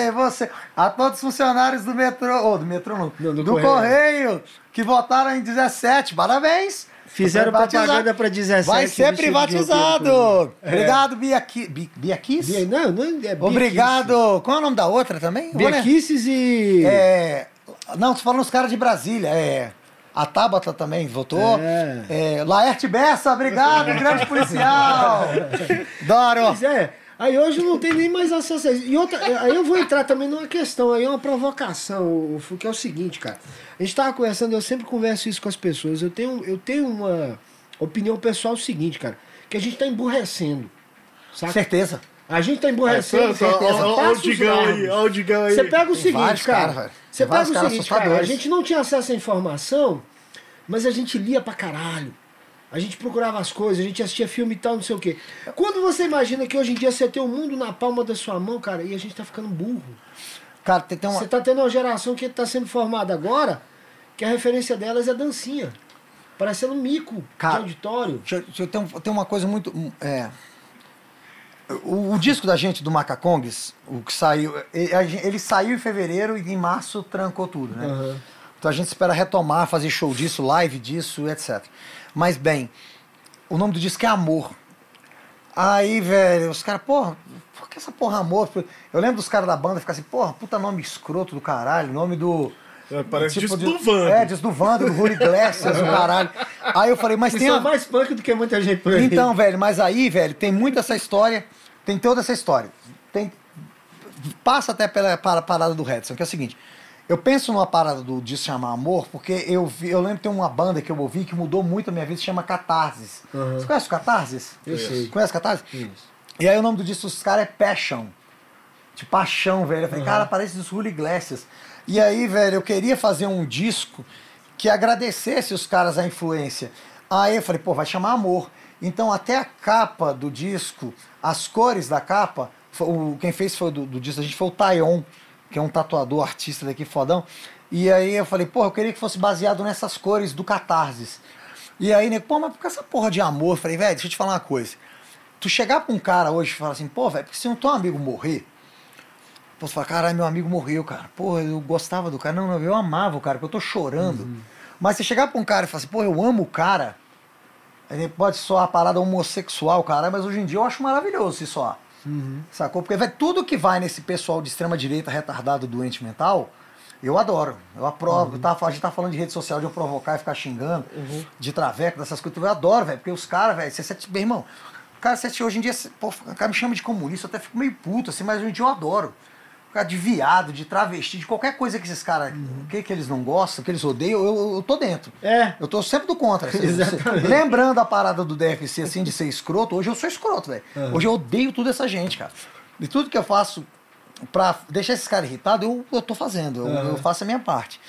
a todos os funcionários do metrô, do Correio, que votaram em 17. Parabéns. Fizeram propaganda para 17. Vai ser privatizado. Obrigado, Biaquice. Não é obrigado. Qual é o nome da outra também? Biaquices e... Não, tô falando os caras de Brasília. A Tabata também votou. Laerte Bessa, obrigado, grande policial. Doro. Pois é. Aí hoje não tem nem mais acesso a isso. E outra, aí eu vou entrar também numa questão, aí é uma provocação, que é o seguinte, cara. A gente tava conversando, eu sempre converso isso com as pessoas. Eu tenho uma opinião pessoal seguinte, cara. que a gente tá emburrecendo. Saca? Certeza. A gente tá emburrecendo. Olha o Digão aí. Você pega o seguinte, cara. Você pega o seguinte, cara. A gente não tinha acesso à informação, mas a gente lia pra caralho. A gente procurava as coisas, a gente assistia filme e tal, não sei o quê. Quando você imagina que hoje em dia você tem o mundo na palma da sua mão, cara, e a gente tá ficando burro. Cara, você tá tendo uma geração que tá sendo formada agora, que a referência delas é dancinha. Parecendo um mico de auditório. Tem uma coisa muito... O disco da gente, do Macacongues, o que saiu... Ele saiu em fevereiro e em março trancou tudo, né? Uhum. Então a gente espera retomar, fazer show disso, live disso, etc. Mas, bem, o nome do disco é Amor. Aí, velho, os caras, porra, por que essa porra Amor? Eu lembro dos caras da banda ficar assim, porra, puta nome escroto do caralho, nome do... Parece tipo disco do Vando. Disco do Vando, do Rui Iglesias, do caralho. Aí eu falei, mas tem... São mais punk do que muita gente por aí. Então, velho, mas aí, velho, tem muita essa história, tem toda essa história. Passa até pela parada do Redson, que é o seguinte... Eu penso numa parada do disco chamar Amor, porque eu lembro que tem uma banda que eu ouvi que mudou muito a minha vida, se chama Catarsis. Uhum. Você conhece o Catarsis? Eu sei. Conhece Catarsis? Isso. E aí o nome do disco dos caras é Passion. De paixão, velho. Eu falei, cara, parece dos Julio Iglesias. E aí, velho, eu queria fazer um disco que agradecesse os caras a influência. Aí eu falei, pô, vai chamar Amor. Então até a capa do disco, as cores da capa, quem fez foi do disco, a gente foi o Tayon, que é um tatuador, artista daqui, fodão. E aí eu falei, pô, eu queria que fosse baseado nessas cores do Catarsis. E aí, né, pô, mas por que essa porra de amor? Eu falei, velho, deixa eu te falar uma coisa. Tu chegar pra um cara hoje e falar assim, pô, velho, porque se um teu amigo morrer, pô, você fala, caralho, meu amigo morreu, cara. Pô, eu gostava do cara. Não, eu amava o cara, porque eu tô chorando. Uhum. Mas você chegar pra um cara e falar assim, pô, eu amo o cara, aí pode soar a parada homossexual, cara, mas hoje em dia eu acho maravilhoso se soar. Uhum. Sacou? Porque véio, tudo que vai nesse pessoal de extrema direita retardado, doente mental, eu adoro, eu aprovo. Uhum. A gente tá falando de rede social, de eu provocar e ficar xingando, de traveco, dessas coisas, eu adoro, velho, porque os caras, velho, meu irmão, o cara, hoje em dia, pô, o cara me chama de comunista, eu até fico meio puto, assim, mas hoje em dia eu adoro. O cara de viado, de travesti, de qualquer coisa que esses caras, que eles não gostam, que eles odeiam, eu tô dentro. Eu tô sempre do contra. Lembrando a parada do DFC, assim, de ser escroto, hoje eu sou escroto, velho. Hoje eu odeio toda essa gente, cara. E tudo que eu faço pra deixar esses caras irritados, eu tô fazendo, eu faço a minha parte.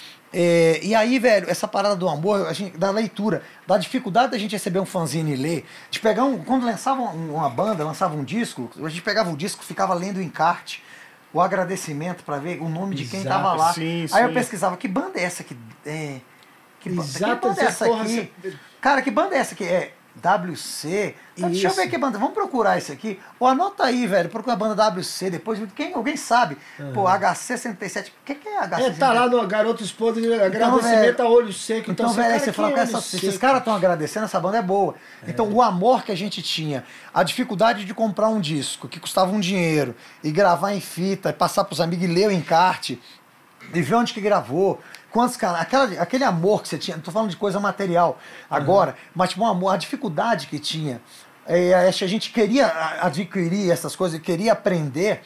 E aí, velho, essa parada do amor, da leitura, da dificuldade da gente receber um fanzine e ler, de pegar quando lançava uma banda, lançava um disco, a gente pegava o disco, ficava lendo o encarte, o agradecimento para ver o nome de quem tava lá. Aí eu pesquisava, que banda é essa aqui? Que banda é essa aqui? Cara, que banda é essa aqui? É WC? Deixa eu ver que banda. Vamos procurar isso aqui. Ou anota aí, velho. Procura a banda WC. Depois, alguém sabe. Pô, HC77. O que é HC77? Tá lá no Garotos Podres, agradecimento a olho seco. Então, velho, aí você fala, esses caras estão agradecendo, essa banda é boa. Então, o amor que a gente tinha, a dificuldade de comprar um disco que custava um dinheiro, e gravar em fita, e passar pros amigos e ler o encarte, e ver onde que gravou. Quantos caras, aquele amor que você tinha, não tô falando de coisa material agora, mas tipo um amor, a dificuldade que tinha, a gente queria adquirir essas coisas, queria aprender,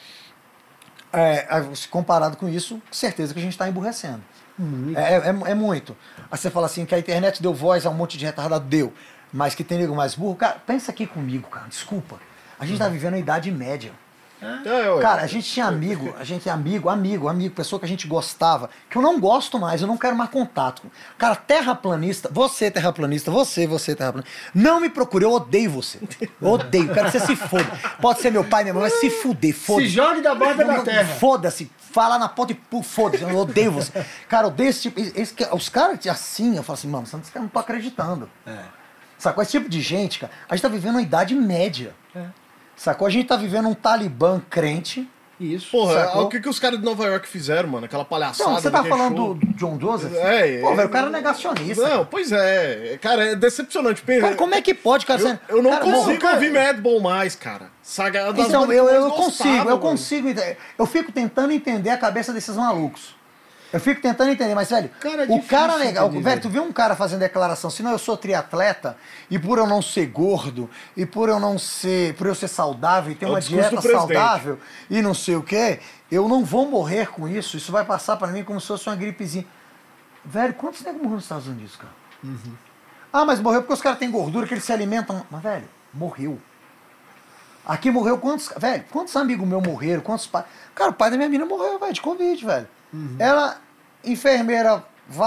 comparado com isso, certeza que a gente está emburrecendo. É muito. Aí você fala assim, que a internet deu voz a um monte de retardado, deu, mas que tem nego mais burro, cara, pensa aqui comigo, cara, desculpa, a gente tá vivendo a Idade Média. Cara, a gente tinha amigo, pessoa que a gente gostava, que eu não gosto mais, eu não quero mais contato. Cara, terraplanista, você terraplanista, não me procure, eu odeio você. Odeio, quero que você se foda. Pode ser meu pai, minha mãe, mas se fuder, foda-se. Se jogue da borda da terra. Foda-se, fala na ponta e foda-se, eu odeio você. Cara, eu odeio esse tipo, os caras assim, eu falo assim, mano, eu não tô acreditando. Sacou? Esse tipo de gente, cara, a gente tá vivendo uma Idade Média. Sacou? A gente tá vivendo um Talibã crente. Isso. Porra, o que os caras de Nova York fizeram, mano? Aquela palhaçada. Não, você tá falando do John Joseph? Pô, velho, o cara é negacionista. Não, pois é. Cara, é decepcionante. Cara, como é que pode, cara? Eu não consigo ouvir Madball mais, cara. Saga das então, eu consigo. Eu fico tentando entender a cabeça desses malucos. Eu fico tentando entender, mas, velho, o cara legal, velho, tu viu um cara fazendo declaração, se não, eu sou triatleta, e por eu não ser gordo, e por eu ser saudável, e ter uma dieta saudável, e não sei o quê, eu não vou morrer com isso, isso vai passar pra mim como se fosse uma gripezinha. Velho, quantos negros morreram nos Estados Unidos, cara? Ah, mas morreu porque os caras têm gordura, que eles se alimentam. Mas, velho, morreu. Aqui morreu quantos amigos meus morreram, quantos pais... Cara, o pai da minha menina morreu, velho, de Covid, velho. Ela, enfermeira,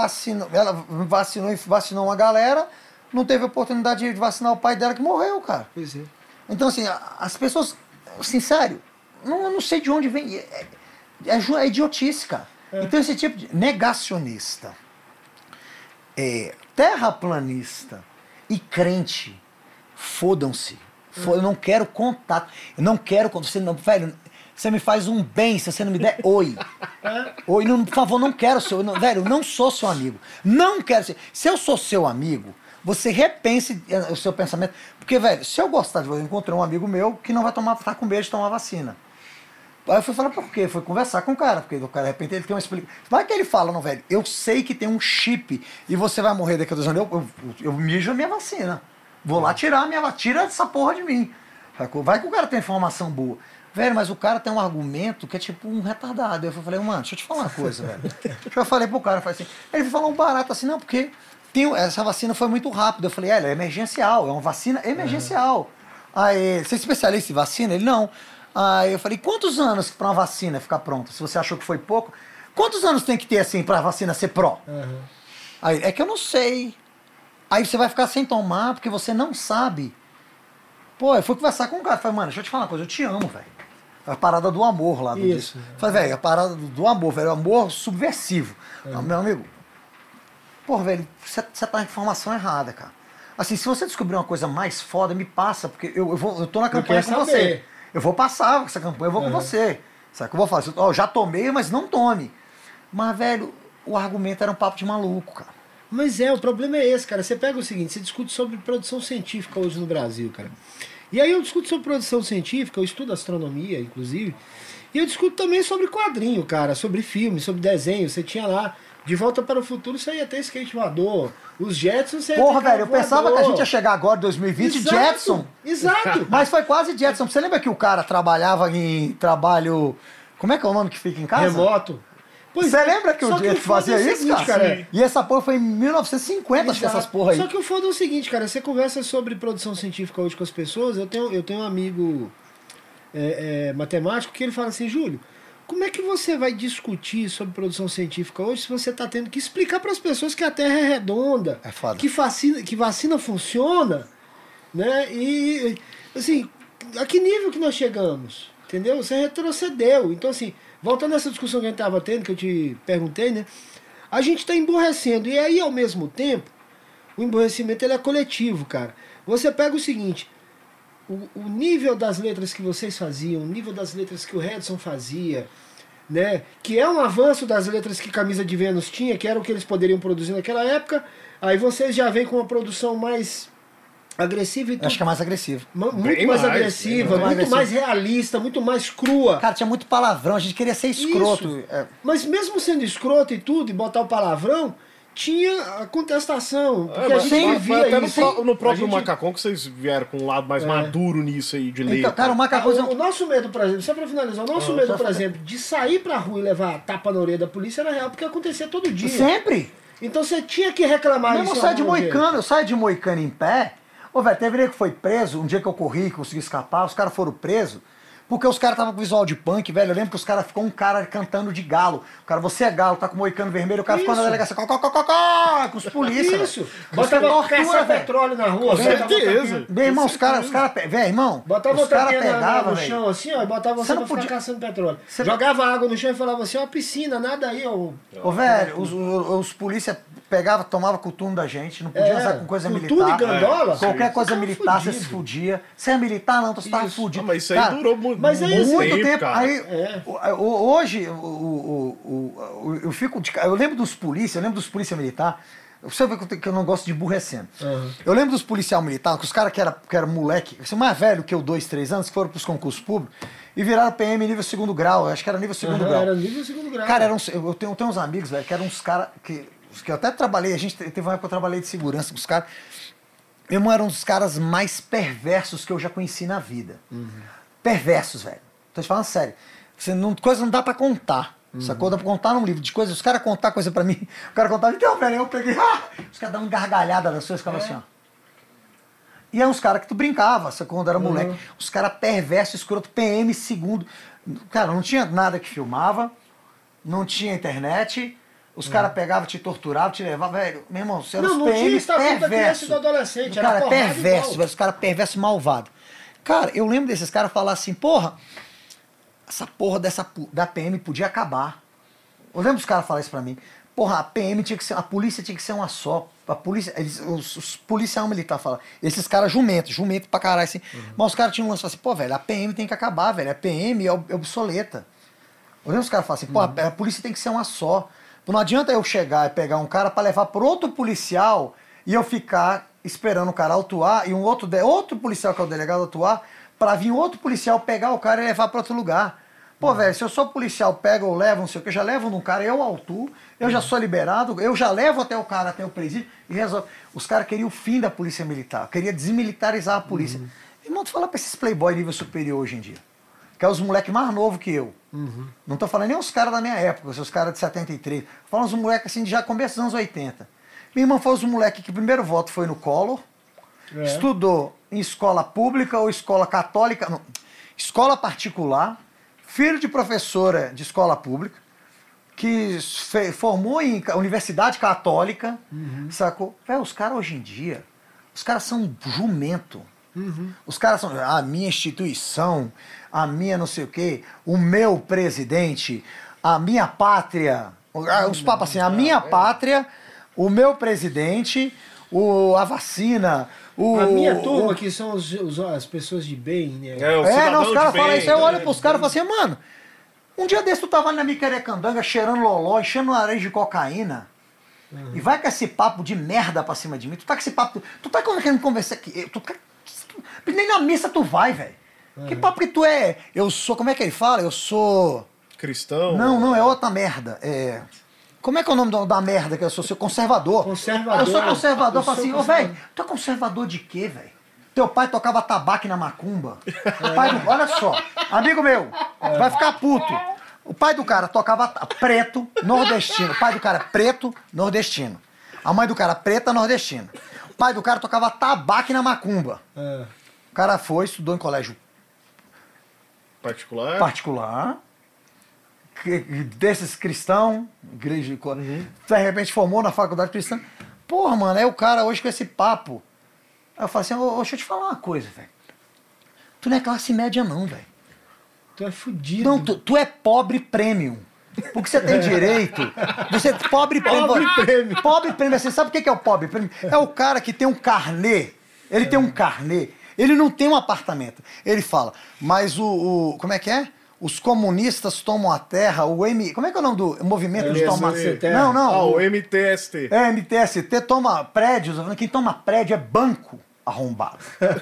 vacinou uma galera, não teve oportunidade de vacinar o pai dela que morreu, cara. Pois é. Então, assim, as pessoas, assim, sério, eu não sei de onde vem, é idiotice, cara. Então, esse tipo de negacionista, terraplanista e crente, fodam-se. Eu não quero contato. Eu não quero contato. Velho, você me faz um bem se você não me der oi. Oi, não, por favor, não quero seu... velho, eu não sou seu amigo. Não quero ser... Se eu sou seu amigo, você repense o seu pensamento. Porque, velho, se eu gostar de você, eu encontrei um amigo meu que não vai tá com medo de tomar vacina. Aí eu fui falar por quê? Fui conversar com o cara, porque o cara, de repente, ele tem uma explicação. Vai que ele fala, não, velho, eu sei que tem um chip e você vai morrer daqui a 2 anos. Eu mijo a minha vacina. Vou lá tirar a minha vacina. Tira essa porra de mim. Vai que o cara tem informação boa. Velho, mas o cara tem um argumento que é tipo um retardado. Eu falei, mano, deixa eu te falar uma coisa, velho. Eu falei pro cara, assim, ele falou um barato assim, não, porque essa vacina foi muito rápida. Eu falei, ela é emergencial, é uma vacina emergencial. Aí, você é especialista em vacina? Ele, não. Aí eu falei, quantos anos pra uma vacina ficar pronta? Se você achou que foi pouco, quantos anos tem que ter, assim, pra vacina ser pró? Aí, é que eu não sei. Aí você vai ficar sem tomar porque você não sabe. Pô, eu fui conversar com um cara. Falei, mano, deixa eu te falar uma coisa, eu te amo, velho. A parada do amor lá. Isso. Falei, velho, a parada do amor, velho, amor subversivo. Meu amigo, porra, velho, você tá com a informação errada, cara. Assim, se você descobrir uma coisa mais foda, me passa, porque eu tô na campanha com você. Eu vou passar essa campanha, eu vou com você. Sabe o que eu vou fazer? Eu já tomei, mas não tome. Mas, velho, o argumento era um papo de maluco, cara. Mas o problema é esse, cara. Você pega o seguinte, você discute sobre produção científica hoje no Brasil, cara. E aí eu discuto sobre produção científica, eu estudo astronomia, inclusive, e eu discuto também sobre quadrinho, cara, sobre filme, sobre desenho. Você tinha lá, De Volta para o Futuro, você ia ter skate voador. Os Jetsons, você ia ter porra, velho, eu pensava que a gente ia chegar agora em 2020, exato, Jetson. Exato. Mas foi quase Jetson. Você lembra que o cara trabalhava em trabalho... Como é que é o nome que fica em casa? Remoto. Você lembra que o Jetson fazia isso, cara? E essa porra foi em 1950, acho que essas porra aí. Só que o foda é o seguinte, cara, você conversa sobre produção científica hoje com as pessoas, eu tenho um amigo matemático que ele fala assim, Júlio, como é que você vai discutir sobre produção científica hoje se você está tendo que explicar para as pessoas que a Terra é redonda, que vacina funciona, né? E, assim, a que nível que nós chegamos? Entendeu? Você retrocedeu. Então, assim, voltando a essa discussão que a gente estava tendo, que eu te perguntei, né? A gente está emborrecendo. E aí, ao mesmo tempo, o emborrecimento ele é coletivo, cara. Você pega o seguinte, o nível das letras que vocês faziam, o nível das letras que o Redson fazia, né? Que é um avanço das letras que Camisa de Vênus tinha, que era o que eles poderiam produzir naquela época. Aí vocês já vêm com uma produção mais agressiva e tudo. Acho que é mais agressivo. Muito mais agressiva, muito mais realista, muito mais crua. Cara, tinha muito palavrão, a gente queria ser escroto. Mas mesmo sendo escroto e tudo, e botar o palavrão, tinha a contestação. Porque a gente via até isso. no próprio Macacão que vocês vieram com um lado mais maduro nisso aí, de letra. Então, cara, o Macacão... O nosso medo, por exemplo, só pra finalizar, o nosso medo, por exemplo, de sair pra rua e levar tapa na orelha da polícia era real, porque acontecia todo dia. Sempre. Então você tinha que reclamar isso. Eu saio de Moicano em pé. Ô, velho, teve dia que foi preso, um dia que eu corri, consegui escapar, os caras foram presos, porque os caras estavam com visual de punk, velho. Eu lembro que os caras ficou um cara cantando de galo. O cara, você é galo, tá com moicano vermelho, o cara ficou na delegacia, com os polícias. Isso. Botava caça petróleo na rua. Com certeza. Meu irmão, os caras, velho, irmão, botava os caras pegavam, no chão assim, ó, e botava você pra ficar caçando petróleo. Jogava água no chão e falava assim, ó, piscina, nada aí, ó. Ô, velho, os polícias pegavam, tomavam coturno da gente, não podia usar com coisa militar. Tudo e gandola. Qualquer coisa militar, você se fudia. Você é militar, não, você tava fudido. Mas isso aí durou muito tempo. Cara. Aí, hoje, eu fico. Eu lembro dos polícias, militares. Você vê que eu não gosto de emburrecendo. Eu lembro dos policiais militares, que os caras que eram moleque, mais velho que eu, 2, 3 anos, que foram pros concursos públicos e viraram PM nível 2º grau. Acho que era nível 2º grau. Era nível 2º grau. Cara, eu tenho uns amigos, velho, que eram uns caras que eu até trabalhei. A gente teve uma época que eu trabalhei de segurança com os caras. Meu irmão, eram os caras mais perversos que eu já conheci na vida. Perversos, velho. Tô te falando sério. Coisa não dá pra contar. Sacou? Dá pra contar num livro de coisas. Os caras contar coisa pra mim. O cara contava, então, velho, eu peguei. Os caras davam gargalhada das suas, ficavam assim, ó. E é uns caras que tu brincava, quando era moleque. Os caras perversos, escroto, PM segundo. Cara, não tinha nada que filmava, não tinha internet. Os caras pegavam, te torturavam, te levavam, velho. Meu irmão, você era os PM perversos. Do adolescente, cara, perverso, velho, os caras perversos malvados. Cara, eu lembro desses caras falar assim, porra, essa porra da PM podia acabar. Eu lembro os caras falar isso pra mim. Porra, a PM tinha que ser, a polícia tinha que ser uma só. A polícia, os policiais militares falam, esses caras jumento pra caralho, assim. Mas os caras tinham um lance assim, pô, velho, a PM tem que acabar, velho. A PM é obsoleta. Eu lembro os caras falam assim, pô, a polícia tem que ser uma só. Não adianta eu chegar e pegar um cara pra levar pro outro policial e eu ficar esperando o cara autuar e outro policial que é o delegado autuar pra vir outro policial pegar o cara e levar pra outro lugar. Pô, velho, se eu sou policial, pego ou levo, não sei o que, eu já levo num cara, eu autuo, eu já sou liberado, eu já levo até o cara, até o presídio e resolve. Os caras queriam o fim da polícia militar, queriam desmilitarizar a polícia. Irmão, tu fala pra esses playboy nível superior hoje em dia, que é os moleques mais novos que eu. Não tô falando nem os caras da minha época, os caras de 73. Falo uns moleques assim, já começo dos anos 80. Meu irmão foi os moleques que o primeiro voto foi no Collor, estudou em escola pública ou escola católica, não, escola particular, filho de professora de escola pública, que formou em universidade católica, sacou? Véio, os caras hoje em dia, os caras são jumento. Os caras são a minha instituição, a minha não sei o quê, o meu presidente, a minha pátria, os papos assim, a minha pátria, o meu presidente, a vacina, a minha turma, que são as pessoas de bem, né? Não, os caras falam isso, eu olho pros caras e falo assim, mano, um dia desse tu tava na Miquerecandanga cheirando loló, enchendo o nariz de cocaína, e vai com esse papo de merda pra cima de mim, tu tá com esse papo, tu tá querendo conversar aqui, nem na missa tu vai, velho. Que papo que tu é? Eu sou, como é que ele fala? Eu sou... Cristão? Não, é outra merda. Como é que é o nome da merda que eu sou? Eu sou conservador. Conservador. Eu sou conservador. Eu falo assim, ô, velho, tu é conservador de quê, velho? Teu pai tocava tabaco na macumba. Olha só, amigo meu, vai ficar puto. O pai do cara tocava preto, nordestino. O pai do cara preto, nordestino. A mãe do cara preta, nordestina. O pai do cara tocava tabaco na macumba. O cara foi, estudou em colégio particular, desses cristão, igreja, de repente formou na faculdade cristã. Porra, mano, é o cara hoje com esse papo. Aí eu falo assim, deixa eu te falar uma coisa, velho. Tu não é classe média não, velho. Tu é fudido. Não, tu é pobre premium. Porque você tem direito. Você pobre premium. Pobre premium, você sabe o que é o pobre premium? É o cara que tem um carnê. Ele tem um carnê. Ele não tem um apartamento. Ele fala, mas como é que é? Os comunistas tomam a terra, como é que é o nome do movimento dos tomam a terra? Não. O MTST. MTST toma prédios. Quem toma prédio é banco arrombado.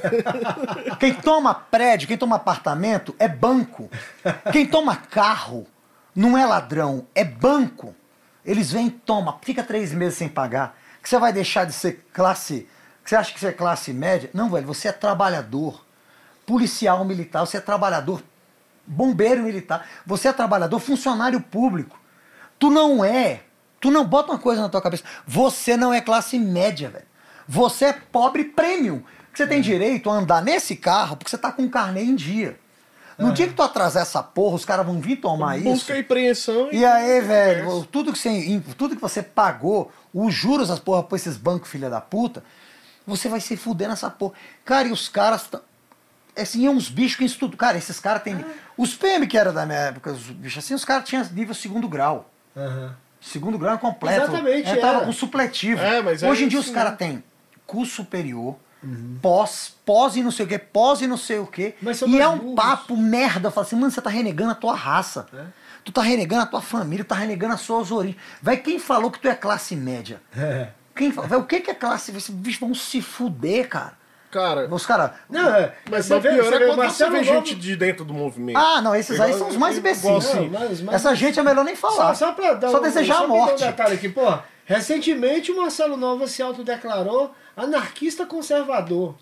Quem toma prédio, quem toma apartamento é banco. Quem toma carro não é ladrão, é banco. Eles vêm e tomam, fica 3 meses sem pagar. Que você vai deixar de ser classe... Que você acha que você é classe média? Não, velho, você é trabalhador. Policial militar, você é trabalhador. Bombeiro militar, você é trabalhador, funcionário público. Tu não bota uma coisa na tua cabeça. Você não é classe média, velho. Você é pobre premium. Você tem direito a andar nesse carro porque você tá com o carnê em dia. No dia que tu atrasar essa porra, os caras vão vir tomar isso. Busca e apreensão. E aí, velho, tudo que você pagou, os juros, as porra, por esses bancos, filha da puta, você vai se fuder nessa porra. Cara, e os caras... Assim, é uns bichos que estudam. Cara, esses caras têm... Os PM que era da minha época, os bichos assim, os caras tinham nível 2º grau. Segundo grau é completo. Exatamente, tava com supletivo. Hoje em dia os caras têm curso superior, pós e não sei o que, pós e não sei o que. E é um papo merda. Fala assim, mano, você tá renegando a tua raça. Tu tá renegando a tua família, tu tá renegando as suas origens. Vai, quem falou que tu é classe média? Quem falou? Vai, o que é classe? Esses bichos vão se fuder, cara. Cara... Os caras... Não, mas o pior é quando você vê gente de dentro do movimento. Não, esses aí são os mais imbecis. Essa gente é melhor nem falar. Só pra dar desejar a morte. Um detalhe aqui, pô. Recentemente o Marcelo Nova se autodeclarou anarquista conservador.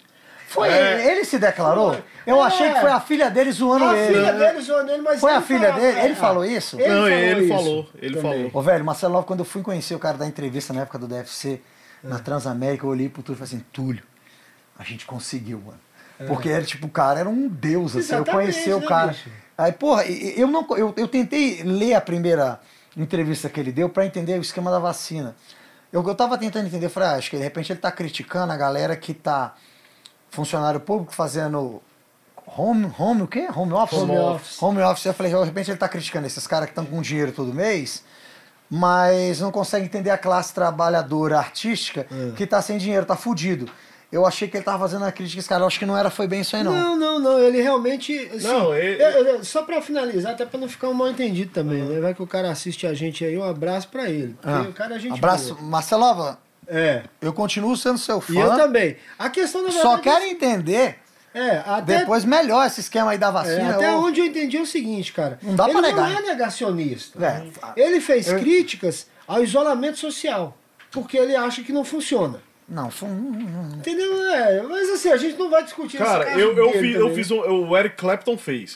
Ele se declarou? Eu achei que foi a filha dele zoando ele. A filha dele zoando ele, mas... Foi a filha dele? Ele falou isso? Ele falou. Ô, velho, Marcelo Nova, quando eu fui conhecer o cara da entrevista na época do DFC, na Transamérica, eu olhei pro Túlio e falei assim, Túlio, A gente conseguiu, mano. Porque era tipo, o cara era um deus, assim, eu conheci o né, cara. bicho? Aí, porra, eu tentei ler a primeira entrevista que ele deu pra entender o esquema da vacina. Eu tava tentando entender, eu falei, acho que de repente ele tá criticando a galera que tá funcionário público fazendo o quê? Home office? Home office. Eu falei, de repente ele tá criticando esses caras que estão com dinheiro todo mês, mas não consegue entender a classe trabalhadora artística que tá sem dinheiro, tá fudido. Eu achei que ele tava fazendo uma crítica, esse cara, eu acho que não foi bem isso aí, não. Não, ele realmente... Assim, não, ele... Só pra finalizar, até pra não ficar um mal entendido também, né? Vai que o cara assiste a gente aí, um abraço pra ele. O cara é gente abraço, boa. Marcelova, eu continuo sendo seu fã. E eu também. A questão da verdade... Só quero entender... depois melhor esse esquema aí da vacina. Até onde eu entendi é o seguinte, cara. Não dá pra negar. Ele não é negacionista. Ele fez críticas ao isolamento social, porque ele acha que não funciona. Não. Entendeu? Mas assim, a gente não vai discutir esse cara, caso eu fiz o Eric Clapton fez.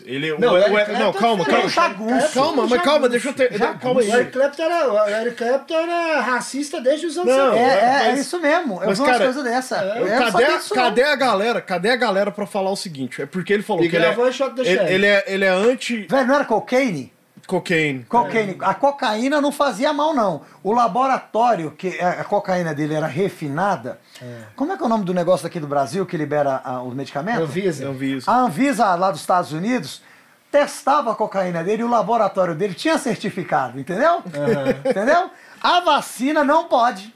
Calma, deixa eu ter. Calma aí. O Eric Clapton era racista desde os anos 70. É isso mesmo. Eu vi umas coisas dessa. Cadê a galera pra falar o seguinte? É porque ele falou que ele é anti... Velho, não era cocaine? Cocaine. A cocaína não fazia mal, não. O laboratório, que a cocaína dele era refinada. Como é que é o nome do negócio aqui do Brasil que libera os medicamentos? Anvisa. A Anvisa lá dos Estados Unidos testava a cocaína dele e o laboratório dele tinha certificado, entendeu? Entendeu? A vacina não pode.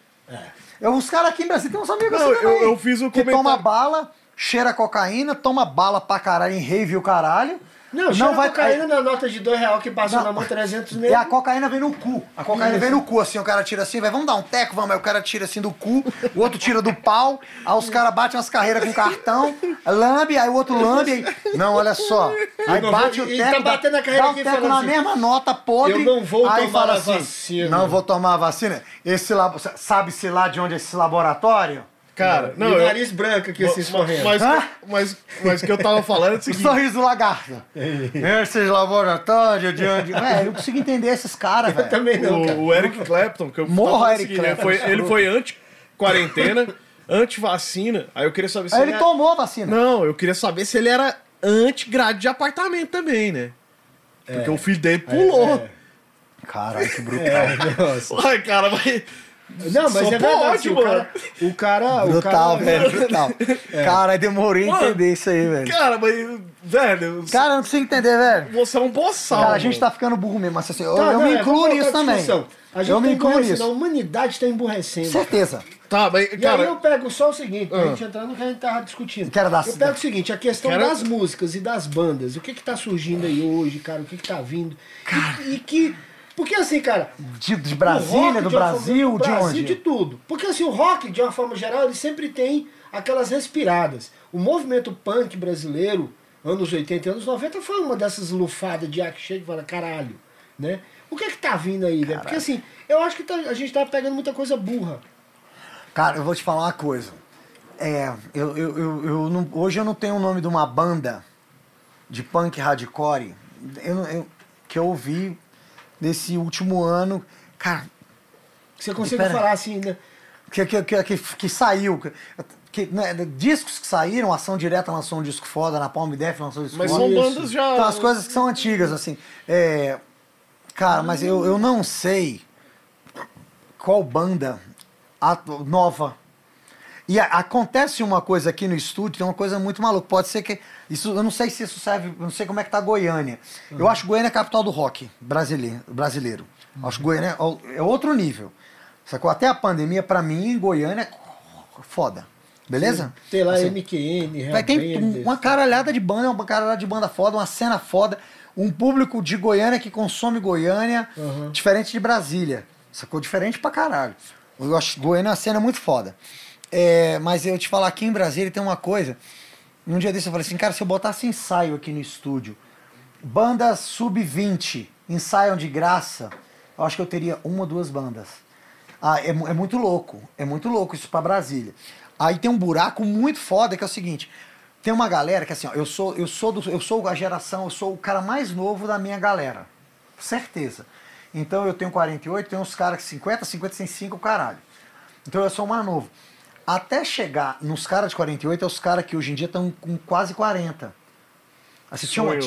Os caras aqui em Brasília tem uns amigos assim também. Eu fiz o comentário. Toma bala, cheira cocaína, toma bala pra caralho em rave o caralho. Não vai cair na nota de R$2 que passou na mão 300 E a cocaína vem no cu. A cocaína vem no cu, assim, o cara tira assim, vamos dar um teco, vamos. Aí o cara tira assim do cu, o outro tira do pau, aí os caras batem umas carreiras com cartão, lambe, aí o outro lambe. Aí... Não, olha só. Aí bate o teco, tá batendo a carreira dá um teco na mesma nota podre. Eu não vou aí tomar fala a assim, vacina. Não vou tomar a vacina. Sabe-se lá de onde é esse laboratório? Cara, não. E o nariz branco aqui, assim, escorrendo. Mas o que eu tava falando é o seguinte. O sorriso do lagarto. Esses laboratórios de onde. Eu não consigo entender esses caras, velho. Eu também não. O Eric Clapton, que eu Morra, Eric Clapton. Ele foi anti-quarentena, anti-vacina. Aí eu queria saber se ele tomou a vacina. Não, eu queria saber se ele era anti-grade de apartamento também, né? Porque o filho dele pulou. Caralho, que brutal. Ai, cara, mas... Não, mas é verdade, mano. O cara... Velho, brutal. Cara, demorei a entender isso aí, velho. Cara, mas... Velho... Cara, eu não consigo entender, velho. Você é um boçal. Cara, a gente tá ficando burro mesmo, mas assim, eu me incluo nisso também. Eu me incluo nisso. A humanidade tá emburrecendo. Certeza. Tá, mas, cara... E aí eu pego só o seguinte, pra gente entrar no que a gente tava discutindo. Eu pego o seguinte, a questão das músicas e das bandas. O que tá surgindo aí hoje, cara? O que tá vindo? E que... Porque assim, cara... De Brasília, do Brasil, de onde? De tudo. Porque assim, o rock, de uma forma geral, ele sempre tem aquelas respiradas. O movimento punk brasileiro, anos 80 e anos 90, foi uma dessas lufadas de ar que chega e fala, caralho, né? O que tá vindo aí, velho? Porque assim, eu acho que a gente tá pegando muita coisa burra. Cara, eu vou te falar uma coisa. Hoje eu não tenho o nome de uma banda de punk hardcore que eu ouvi nesse último ano, cara... Você consegue falar assim, né? Que saiu... discos que saíram, Ação Direta lançou um disco foda, Napalm Death lançou um disco foda. Mas são bandas já... Então, as coisas que são antigas, assim. Cara, mas eu não sei qual banda nova. E acontece uma coisa aqui no estúdio, tem uma coisa muito maluca. Pode ser que... eu não sei se isso serve... Eu não sei como é que tá Goiânia. Eu acho Goiânia a capital do rock brasileiro. Acho que Goiânia é outro nível. Sacou? Até a pandemia, pra mim, Goiânia é foda. Beleza? Sim. Tem lá assim, MQN, tem uma caralhada de banda foda, uma cena foda. Um público de Goiânia que consome Goiânia, diferente de Brasília. Sacou? Diferente pra caralho. Eu acho Goiânia é uma cena muito foda. Mas eu te falar, aqui em Brasília tem uma coisa. Um dia desse eu falei assim, cara, se eu botasse ensaio aqui no estúdio, bandas sub-20 ensaiam de graça, eu acho que eu teria 1 ou 2 bandas. É muito louco isso pra Brasília. Aí tem um buraco muito foda que é o seguinte, tem uma galera que assim, ó, eu sou a geração, eu sou o cara mais novo da minha galera, certeza. Então eu tenho 48, tem uns caras que 50, 55, caralho. Então eu sou o mais novo. até chegar nos caras de 48, é os caras que hoje em dia estão com quase 40. Assim,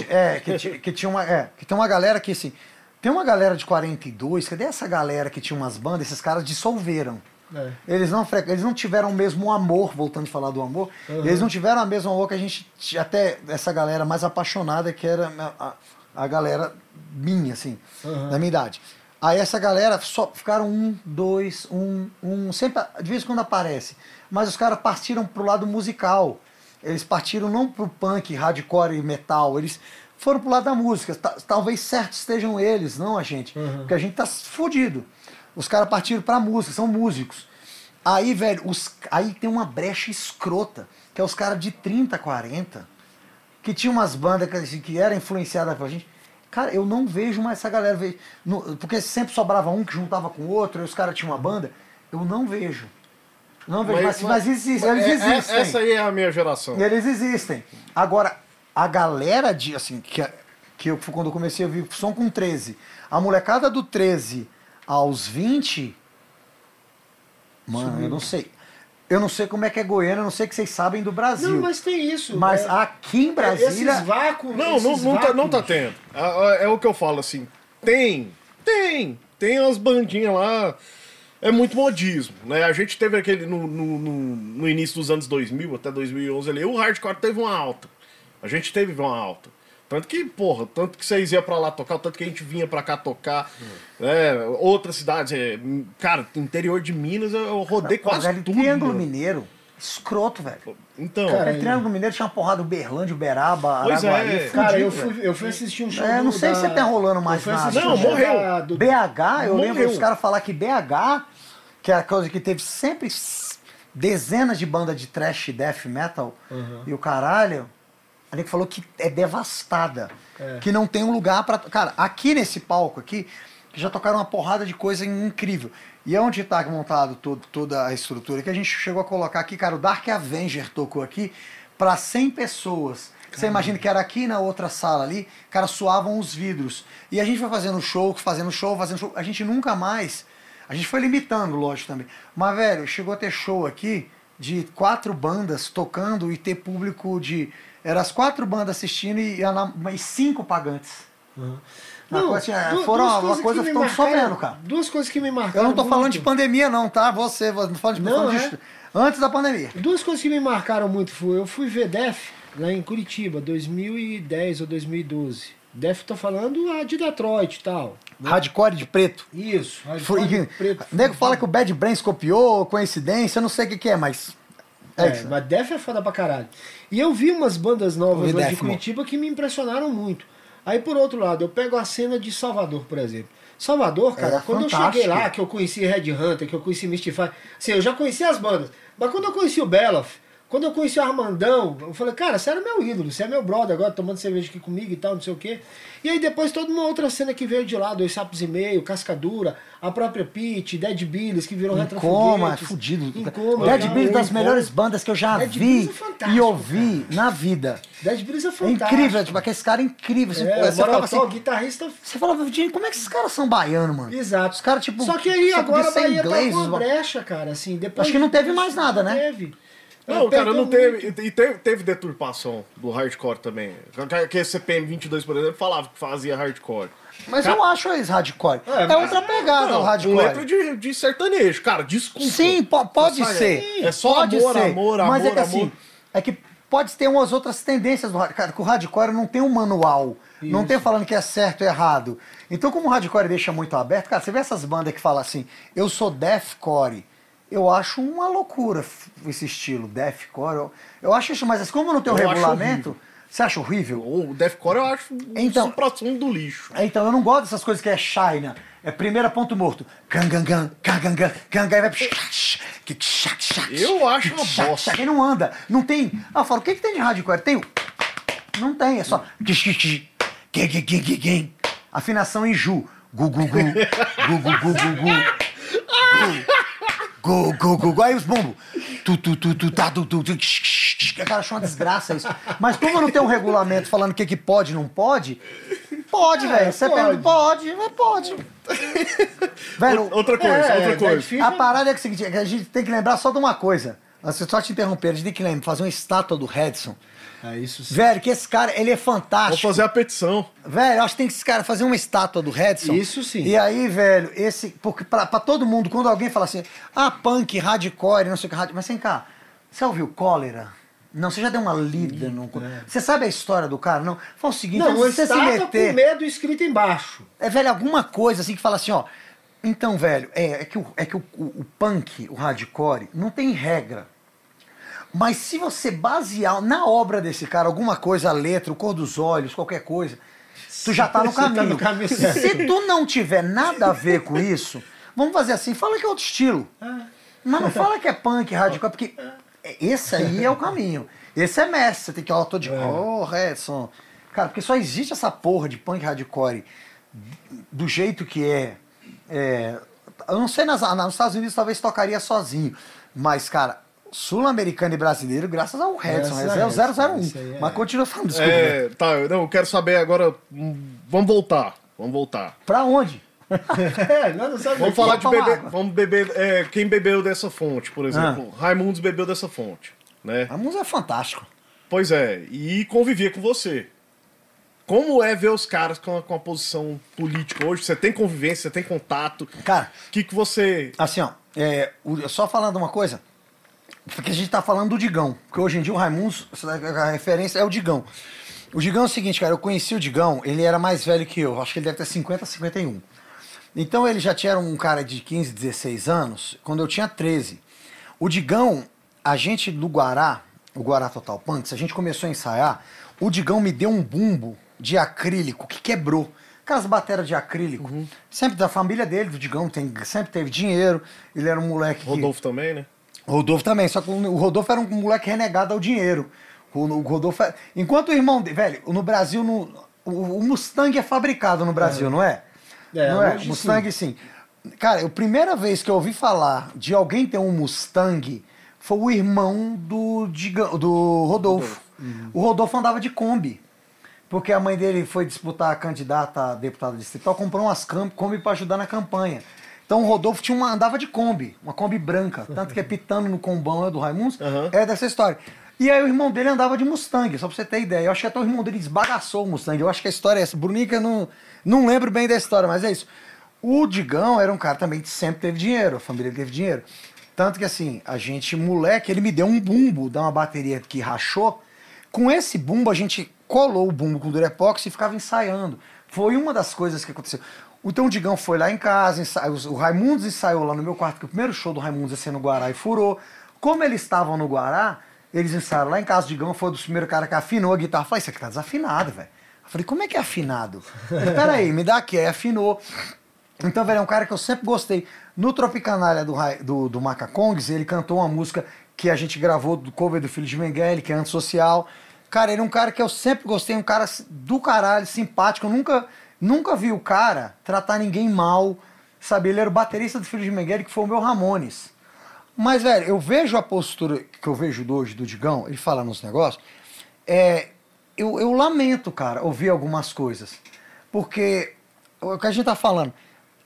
que tem uma galera que, assim, tem uma galera de 42, cadê essa galera que tinha umas bandas, esses caras dissolveram. Eles não tiveram o mesmo amor, voltando a falar do amor, eles não tiveram a mesma amor que a gente, até essa galera mais apaixonada, que era a galera minha, assim, da minha idade. Aí essa galera só ficaram sempre, de vez em quando aparece, mas os caras partiram pro lado musical, eles partiram não pro punk, hardcore e metal, eles foram pro lado da música, talvez certos estejam eles, não a gente, porque a gente tá fudido. Os caras partiram pra música, são músicos. Aí, velho, aí tem uma brecha escrota, que é os caras de 30, 40, que tinham umas bandas que eram influenciadas pra gente. Cara, eu não vejo mais essa galera. Porque sempre sobrava um que juntava com o outro, e os caras tinham uma banda. Eu não vejo. Não vejo, mas eles existem. Essa aí é a minha geração. Eles existem. Agora, a galera de, assim, que eu, quando eu comecei a ouvir som com 13, a molecada do 13 aos 20, mano, eu não sei. Eu não sei como é que é Goiânia, eu não sei o que vocês sabem do Brasil. Não, mas tem isso. Mas aqui em Brasília... Esses vácuos... Não tá tendo. É o que eu falo, assim. Tem umas bandinhas lá. É muito modismo, né? A gente teve aquele, no início dos anos 2000, até 2011 ali, o hardcore teve uma alta. A gente teve uma alta. Tanto que vocês iam pra lá tocar, tanto que a gente vinha pra cá tocar. Outras cidades, cara, interior de Minas, eu rodei quase tudo. Triângulo Mineiro, escroto, velho. Então... Cara, Triângulo Mineiro tinha uma porrada do Berlândia, Uberaba, Araguari. Cara, eu fui assistir um show não sei se tá rolando mais nada. Não, morreu. BH, eu lembro os caras falar que BH, que é a coisa que teve sempre dezenas de bandas de thrash death metal, e o caralho... A gente falou que é devastada, que não tem um lugar pra... Cara, aqui nesse palco aqui, já tocaram uma porrada de coisa incrível. E é onde tá montado toda a estrutura, que a gente chegou a colocar aqui, cara, o Dark Avenger tocou aqui pra 100 pessoas. Você imagina que era aqui na outra sala ali, cara, suavam os vidros. E a gente foi fazendo show. A gente nunca mais... A gente foi limitando, lógico, também. Mas, velho, chegou a ter show aqui de 4 bandas tocando e ter público de... Eram as 4 bandas assistindo e mais 5 pagantes. Foram uma coisa que estão sobrando, cara. Duas coisas que me marcaram. Eu não tô falando de pandemia, não, tá? Você não falando de antes da pandemia. Duas coisas que me marcaram muito foi: eu fui ver Def lá em Curitiba, 2010 ou 2012. Def, tô falando de Detroit e tal. Né? Hardcore de preto. Isso, hardcore de preto. O nego fala que o Bad Brains copiou, coincidência, eu não sei o que é, mas. Mas Def é foda pra caralho. E eu vi umas bandas novas lá de Curitiba que me impressionaram muito. Aí, por outro lado, eu pego a cena de Salvador, por exemplo. Salvador, cara, quando eu cheguei lá, que eu conheci Red Hunter, que eu conheci Mystify, assim, eu já conhecia as bandas. Mas quando eu conheci o Beloff, quando eu conheci o Armandão, eu falei, cara, você era meu ídolo, você é meu brother agora, tomando cerveja aqui comigo e tal, não sei o quê. E aí depois toda uma outra cena que veio de lá, 2 Sapos e Meio, Cascadura, a própria Pete, Dead Billies, que virou Retrofoguetes. Fudido. Dead Billies das melhores bandas que eu já vi e ouvi na vida. Dead Billies é fantástico. É incrível, tipo, aqueles caras incríveis. Você falava assim, guitarrista... Você falava, como é que esses caras são baianos, mano? Exato. Os caras, tipo... Só que aí agora a Bahia tá com uma brecha, cara, assim, depois... Acho que não teve mais nada, né? Teve. Não, cara, não teve. E teve deturpação do hardcore também. Que a CPM 22, por exemplo, falava que fazia hardcore. Mas eu acho eles hardcore. É outra pegada o hardcore. Letra de sertanejo, cara, desculpa. Sim, pode ser. É só amor. Mas é que assim, é que pode ter umas outras tendências do hardcore. Cara, que o hardcore não tem um manual. Isso. Não tem falando que é certo ou errado. Então, como o hardcore deixa muito aberto, cara, você vê essas bandas que falam assim, eu sou deathcore. Eu acho uma loucura esse estilo, deathcore. Eu acho isso, mas como não tem um regulamento, você acha horrível? O deathcore eu acho o supra-sumo do lixo. Então, eu não gosto dessas coisas que é China. É primeira ponto morto. Gangangan, aí vai... Eu acho uma bosta. Aí não anda. Não tem... Eu falo, o que tem de hardcore? Tem... Não tem, é só... Afinação em Ju. Gu. Aí os bombos. Cara, acho uma desgraça isso. Mas como não tem um regulamento falando o que pode e não pode, pode, velho. Você pode. Velho, outra coisa. A parada é que a gente tem que lembrar só de uma coisa. Só te interromper, a gente tem que lembrar, fazer uma estátua do Redson. Isso sim. Velho, que esse cara, ele é fantástico. Vou fazer a petição. Velho, acho que tem que esse cara fazer uma estátua do Redson. Isso sim. E aí, velho, porque pra todo mundo, quando alguém fala assim, punk, hardcore, não sei o que, mas vem cá, você ouviu Cólera? Não, você já deu uma lida. Você sabe a história do cara? Não. Fala o seguinte, não, você se meter... com medo escrito embaixo. Velho, alguma coisa assim que fala assim, ó. Então, velho, é que o punk, o hardcore, não tem regra. Mas se você basear na obra desse cara alguma coisa, a letra, o cor dos olhos, qualquer coisa, tu já tá no caminho. Se tu não tiver nada a ver com isso, vamos fazer assim, fala que é outro estilo. Mas não fala que é punk, hardcore, porque esse aí é o caminho. Esse é mestre, você tem que ir autor de... Redson. Cara, porque só existe essa porra de punk hardcore do jeito que é. Eu não sei, nos Estados Unidos talvez tocaria sozinho, mas, cara, sul-americano e brasileiro, graças ao Redson, é o 001. Mas continua falando, desculpa. Tá, eu quero saber agora. Vamos voltar. Pra onde? Vamos falar de beber. Vamos beber. Quem bebeu dessa fonte, por exemplo. Raimundos bebeu dessa fonte. Né? Raimundos é fantástico. Pois é, e convivia com você. Como é ver os caras com a posição política hoje? Você tem convivência, você tem contato? Cara, o que você... Assim, ó, só falando uma coisa, porque a gente tá falando do Digão, porque hoje em dia o Raimundos, a referência é o Digão. O Digão é o seguinte, cara, eu conheci o Digão, ele era mais velho que eu, acho que ele deve ter 50, 51. Então ele já tinha um cara de 15, 16 anos, quando eu tinha 13. O Digão, a gente no Guará, o Guará Total Punks, a gente começou a ensaiar, o Digão me deu um bumbo de acrílico que quebrou. Aquelas baterias de acrílico. Sempre da família dele, do Digão, sempre teve dinheiro. Ele era um moleque. Rodolfo também, né? Rodolfo também, só que o Rodolfo era um moleque renegado ao dinheiro. O Rodolfo. Enquanto o irmão dele. Velho, no Brasil, o Mustang é fabricado no Brasil, não é? Não é? Mustang, sim. Cara, a primeira vez que eu ouvi falar de alguém ter um Mustang foi o irmão do Rodolfo. O Rodolfo andava de Kombi. Porque a mãe dele foi disputar a candidata a deputada distrital, comprou umas Kombi para ajudar na campanha. Então o Rodolfo andava de Kombi, uma Kombi branca. Tanto que é pitando no combão do Raimundos, é dessa história. E aí o irmão dele andava de Mustang, só pra você ter ideia. Eu acho que até o irmão dele desbagaçou o Mustang. Eu acho que a história é essa. Brunica, não lembro bem da história, mas é isso. O Digão era um cara também que sempre teve dinheiro, a família teve dinheiro. Tanto que assim, a gente, moleque, ele me deu um bumbo de uma bateria que rachou. Com esse bumbo a gente colou o bumbo com durepox e ficava ensaiando. Foi uma das coisas que aconteceu. Então o Digão foi lá em casa, o Raimundos ensaiou lá no meu quarto, que o primeiro show do Raimundos ia ser no Guará e furou. Como eles estavam no Guará, eles ensaiaram lá em casa. O Digão foi um dos primeiros caras que afinou a guitarra. Eu falei, isso aqui tá desafinado, velho. Eu falei, como é que é afinado? Peraí, me dá aqui. Aí afinou. Então, velho, é um cara que eu sempre gostei. No Tropicanália do Macacongs, ele cantou uma música que a gente gravou do cover do Filho de Mengele, que é antissocial. Cara, ele é um cara que eu sempre gostei, um cara do caralho, simpático. Eu nunca vi o cara tratar ninguém mal, sabe? Ele era o baterista do Filho de Mengele, que foi o meu Ramones. Mas, velho, eu vejo a postura que eu vejo hoje do Digão, ele fala nos negócios, eu lamento, cara, ouvir algumas coisas. Porque o que a gente tá falando,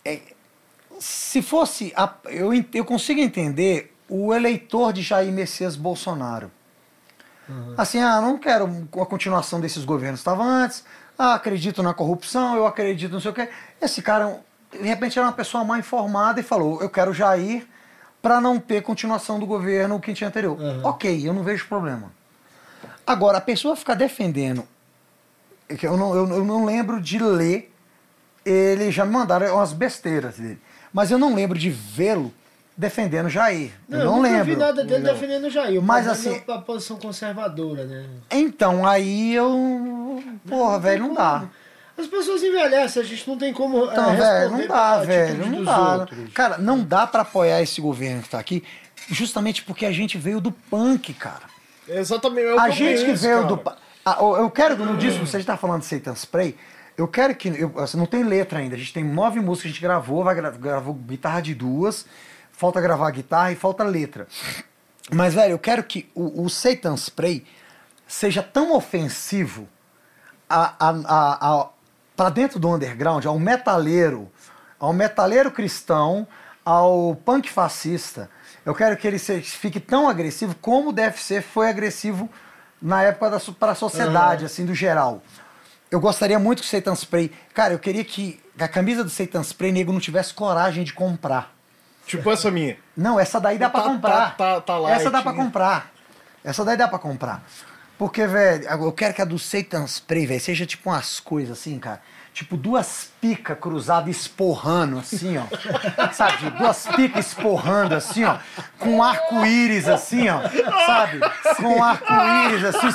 se fosse... eu consigo entender o eleitor de Jair Messias Bolsonaro. Assim, não quero a continuação desses governos que estavam antes, acredito na corrupção, eu acredito não sei o quê. Esse cara, de repente, era uma pessoa mal informada e falou, eu quero Jair para não ter continuação do governo que tinha anterior. Ok, eu não vejo problema. Agora, a pessoa ficar defendendo, eu não lembro de ler, ele já me mandaram umas besteiras dele, mas eu não lembro de vê-lo defendendo Jair. Eu não lembro. Eu não vi nada dele defendendo Jair. Mas assim, a posição conservadora, né? Então, aí eu... Porra, velho, não dá. As pessoas envelhecem, a gente não tem como então, velho, não dá, velho, não dá. Outros. Cara, não dá pra apoiar esse governo que tá aqui, justamente porque a gente veio do punk, cara. Exatamente. A gente que veio do... eu quero, no disco, você está falando de Satan Spray, eu quero que... não tem letra ainda, a gente tem 9 músicas que a gente gravou, gravou guitarra de 2, falta gravar a guitarra e falta letra. Mas, velho, eu quero que o Satan Spray seja tão ofensivo para dentro do underground, ao metaleiro cristão, ao punk fascista, eu quero que ele fique tão agressivo como o DFC foi agressivo na época para a sociedade, assim, do geral. Eu gostaria muito que o Satan Spray... Cara, eu queria que a camisa do Satan Spray, nego, não tivesse coragem de comprar. Tipo essa minha. Não, essa daí dá pra comprar. Tá lá. Essa dá pra comprar. Essa daí dá pra comprar. Porque, velho, eu quero que a do Satan Spray, velho, seja tipo umas coisas assim, cara. Tipo, duas picas cruzadas esporrando, assim, ó. Sabe? Duas picas esporrando, assim, ó. Com arco-íris, assim, ó. Sabe? Com arco-íris, assim.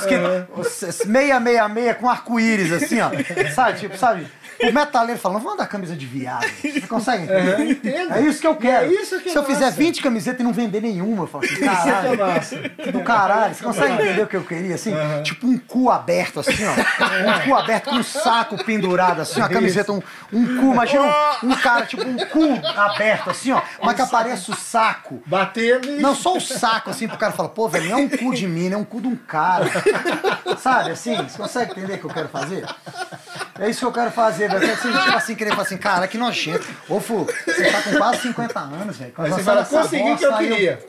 666 com arco-íris, assim, ó. Sabe? Tipo, sabe? O metaleiro falando, vamos dar camisa de viado. Você consegue entender? Eu entendo. É isso que eu quero. É isso que Se eu fizer 20 camisetas e não vender nenhuma, eu falo assim, caralho. Do caralho. Você consegue entender o que eu queria, assim? Tipo um cu aberto, assim, ó. Um cu aberto com um saco pendurado, assim, uma camiseta, um cu. Imagina um cara, tipo um cu aberto, assim, ó. Mas que aparece o saco. Batendo e... Não, só o saco, assim, pro cara falar, pô, velho, não é um cu de mim, é um cu de um cara. Sabe, assim? Você consegue entender o que eu quero fazer? É isso que eu quero fazer, velho. Eu quero tipo assim, querer falar assim, cara, que nojento. Ô, Fu, você tá com quase 50 anos, velho. Você vai conseguir o que eu queria.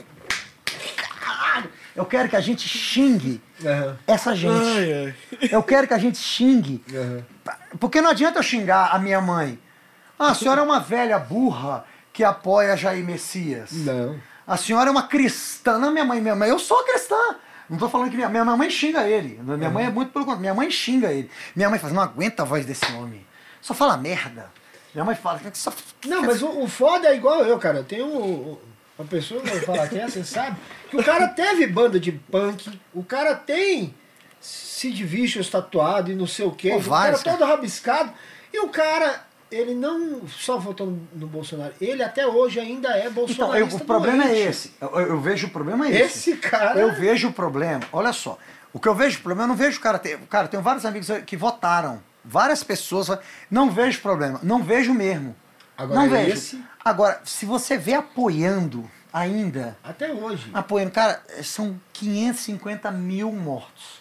Caralho, eu quero que a gente xingue essa gente. Eu quero que a gente xingue. Porque não adianta eu xingar a minha mãe. Ah, a senhora é uma velha burra que apoia Jair Messias. Não. A senhora é uma cristã. Não, minha mãe, eu sou cristã. Não tô falando que minha mãe xinga ele. Minha mãe é muito pelo contrário. Minha mãe xinga ele. Minha mãe fala, não aguenta a voz desse homem. Só fala merda. Minha mãe fala... Só... Não, mas o foda é igual eu, cara. Tem uma pessoa que vai falar que você sabe, que o cara teve banda de punk, o cara tem Sid Vicious tatuado e não sei o quê. Pô, o cara todo rabiscado. E o cara... Ele não só votou no Bolsonaro, ele até hoje ainda é bolsonarista. Então, o problema é esse. Eu vejo o problema é esse. Esse cara... Eu vejo o problema. Olha só. O que eu vejo o problema, eu não vejo o cara... Cara, eu tenho vários amigos que votaram. Várias pessoas... Não vejo problema. Não vejo mesmo. Agora não vejo. Esse... Agora, se você vê apoiando ainda... Até hoje. Apoiando. Cara, são 550 mil mortos.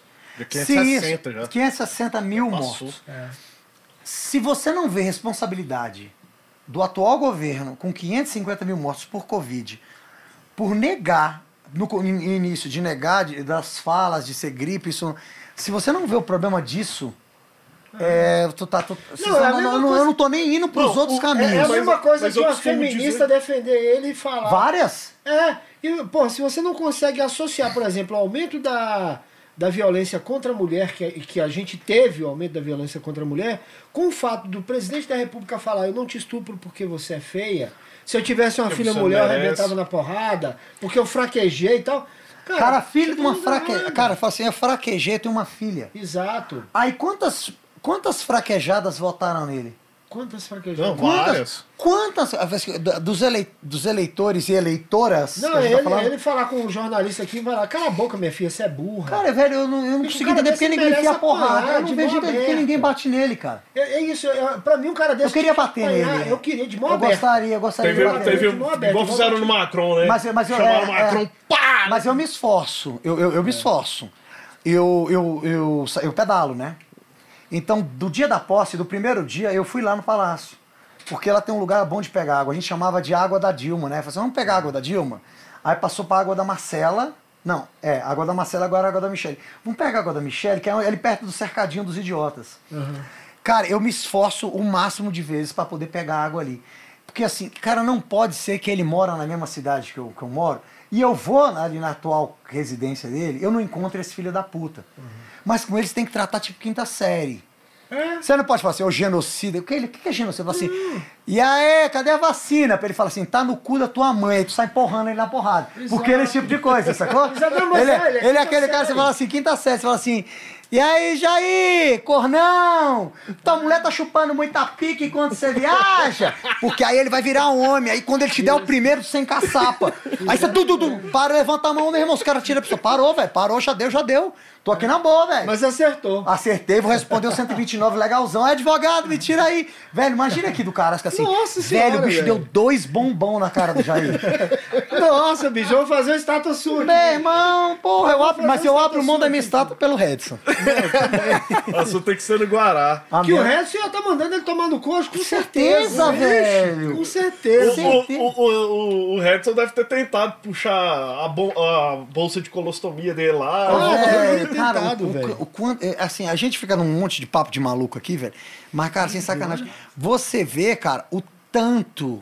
560 já. 560 mil mortos. Se você não vê responsabilidade do atual governo com 550 mil mortos por Covid, por negar, no início, de negar das falas de ser gripe, isso, se você não vê o problema disso, eu não tô nem indo pros outros caminhos. É a mesma coisa que uma feminista defender ele e falar. Várias? E, se você não consegue associar, por exemplo, o aumento da violência contra a mulher, que a gente teve o aumento da violência contra a mulher, com o fato do presidente da República falar, eu não te estupro porque você é feia, se eu tivesse uma filha mulher eu arrebentava na porrada, porque eu fraquejei e tal. Cara, filho de uma fraquejada. Cara, fala assim, eu fraquejei, eu tenho uma filha. Exato. Aí quantas fraquejadas votaram nele? Quantas fraquejadas? Não, várias. Quantas? Dos eleitores e eleitoras? Não, ele falar com o jornalista aqui e falar, cala a boca, minha filha, você é burra. Cara, velho, eu não consigo entender porque ninguém enfia a porrada. Eu não vejo porque ninguém bate nele, cara. É isso, pra mim um cara desse... Eu queria bater nele. Eu queria, de mão aberta. Eu gostaria de bater nele. Igual fizeram no Macron, né? Chamaram o Macron, pá! Mas eu me esforço, eu me esforço. Eu pedalo, né? Então, do dia da posse, do primeiro dia, eu fui lá no Palácio. Porque lá tem um lugar bom de pegar água. A gente chamava de água da Dilma, né? Falei assim, vamos pegar a água da Dilma? Aí passou para a água da Marcela. Não, água da Marcela, agora a água da Michele. Vamos pegar a água da Michele, que é ali perto do cercadinho dos idiotas. Uhum. Cara, eu me esforço o máximo de vezes para poder pegar água ali. Porque assim, cara, não pode ser que ele mora na mesma cidade que eu moro, e eu vou ali na atual residência dele, eu não encontro esse filho da puta. Uhum. Mas com eles tem que tratar tipo quinta série. Você não pode falar assim, genocida. O que é genocida? Assim, e aí, cadê a vacina? Pra ele falar assim, tá no cu da tua mãe, aí tu sai empurrando ele na porrada. Exato. Porque ele é esse tipo de coisa, sacou? Ele é aquele cara, você fala assim, quinta série, você fala assim, e aí, Jair, cornão, tua mulher tá chupando muita pique enquanto você viaja, porque aí ele vai virar um homem, aí quando ele te der o primeiro sem caçapa, aí você para, levanta a mão, meu irmão, os caras tiram a pessoa, parou, velho, parou, já deu. Tô aqui na boa, velho. Mas acertou. Acertei, vou responder o 129 legalzão. Advogado, me tira aí. Velho, imagina aqui do cara, assim, assim, Nossa senhora, velho, o bicho deu 2 bombom na cara do Jair. Nossa, bicho, eu vou fazer uma estátua sua. Meu irmão, porra, eu abro mão da minha estátua pelo Redson. A sua tem que ser no Guará. Que o Redson já tá mandando ele tomar no coxo, com certeza, velho. Com certeza. O Redson deve ter tentado puxar a bolsa de colostomia dele lá. Cara, assim, a gente fica num monte de papo de maluco aqui, velho. Mas, cara, sem sacanagem. Você vê, cara, o tanto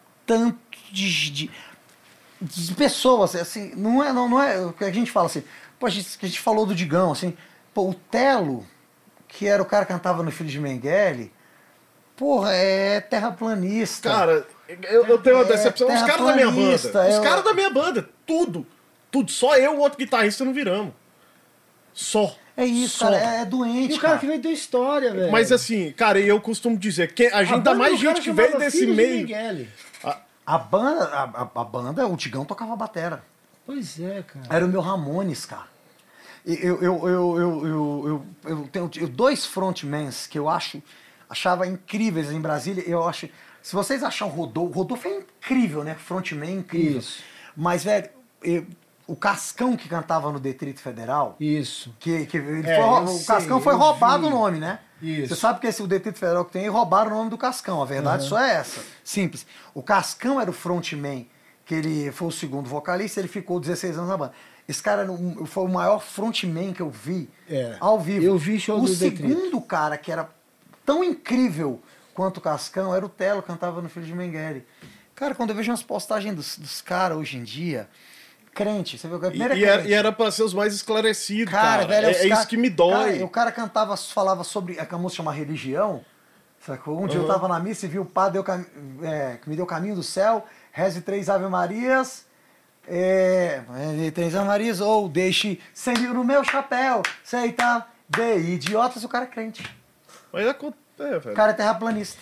de pessoas, assim, não é o que a gente fala assim. Pô, a gente falou do Digão, assim. Pô, o Telo, que era o cara que cantava no Filho de Mengele, porra, é terraplanista. Cara, eu tenho uma decepção. Os caras da minha banda. Os caras da minha banda, tudo. Só eu e o outro guitarrista não viramos. Só. É isso, cara, é doente. E o cara que veio da história, velho. Mas assim, cara, eu costumo dizer que a gente dá mais gente que veio desse meio. A banda, o Tigão tocava batera. Pois é, cara. Era o meu Ramones, cara. Eu tenho 2 frontmans que eu achava incríveis em Brasília. Eu acho. Se vocês acham o Rodolfo é incrível, né? Frontman incrível. Isso. Mas, velho, o Cascão que cantava no Distrito Federal. Isso. O Cascão foi roubado o nome, né? Isso. Você sabe que o Distrito Federal que tem, roubaram o nome do Cascão. A verdade só é essa. Simples. O Cascão era o frontman, que ele foi o segundo vocalista, ele ficou 16 anos na banda. Esse cara foi o maior frontman que eu vi ao vivo. Eu vi show do Distrito. O segundo cara que era tão incrível quanto o Cascão era o Telo, cantava no Filho de Mengele. Cara, quando eu vejo umas postagens dos caras hoje em dia, crente, você viu? E era pra ser os mais esclarecidos, cara. Velho, é isso que me dói. Cara, o cara falava sobre a música chama Religião, sacou? Um dia eu tava na missa e vi o padre que me deu o caminho do céu, reze 3 Ave Marias, 3 Ave Marias, ou deixe 100 mil no meu chapéu, sei tá, de idiotas, o cara é crente. Mas velho. O cara é terraplanista.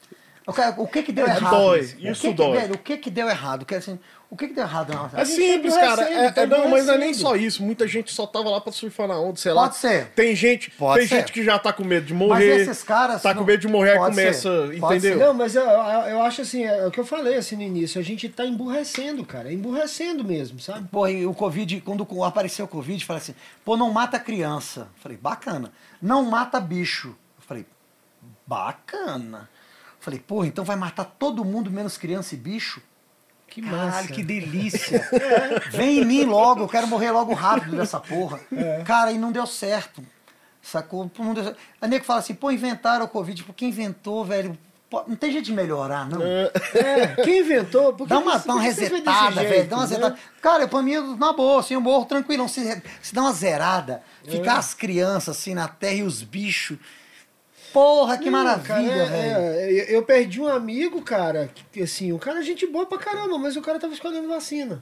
O que deu errado? Dói. O que deu errado? O que deu errado? É simples, cara. Mas não é nem só isso. Muita gente só tava lá pra surfar na onda, sei lá. Pode ser. Tem gente que já tá com medo de morrer. Mas esses caras... Tá com medo de morrer e começa... Entendeu? Não, mas eu acho assim, é o que eu falei assim no início. A gente tá emburrecendo, cara. Emburrecendo mesmo, sabe? Pô, e o Covid, quando apareceu o Covid, falei assim, pô, não mata criança. Falei, bacana. Não mata bicho. Falei, bacana. Falei, pô, então vai matar todo mundo menos criança e bicho? Que massa. Caralho, que delícia. Vem em mim logo, eu quero morrer logo rápido dessa porra. Cara, e não deu certo. Sacou? Não deu certo. A nego fala assim, pô, inventaram o Covid. Pô, quem inventou, velho? Pô, não tem jeito de melhorar, não. Quem inventou? Dá uma resetada, velho. Dá uma resetada. Cara, pra mim, na boa, assim, eu morro tranquilo. Se dá uma zerada, ficar as crianças assim na terra e os bichos... Porra, que maravilha, velho. Eu perdi um amigo, cara, que assim, o cara é gente boa pra caramba, mas o cara tava escolhendo vacina.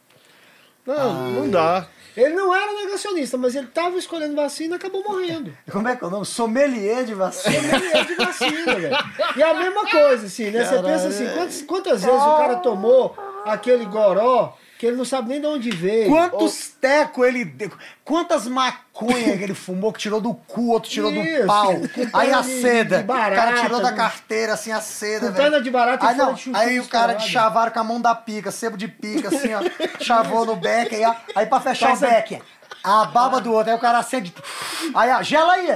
Não dá. Ele não era negacionista, mas ele tava escolhendo vacina e acabou morrendo. Como é que é o nome? Sommelier de vacina. Sommelier de vacina, velho. E a mesma coisa, assim, né? Você pensa assim, quantas vezes o cara tomou aquele goró que ele não sabe nem de onde veio. Quantos tecos ele deu, quantas maconhas que ele fumou, que tirou do cu, outro tirou do pau. Aí a seda, barata, o cara tirou da carteira, assim, a seda, velho. Perna de barata aí, não, aí o cara de chavaram com a mão da pica, sebo de pica, assim, ó, chavou no beck, aí pra fechar o beck, a baba do outro, aí o cara acende, aí, ó, gela aí.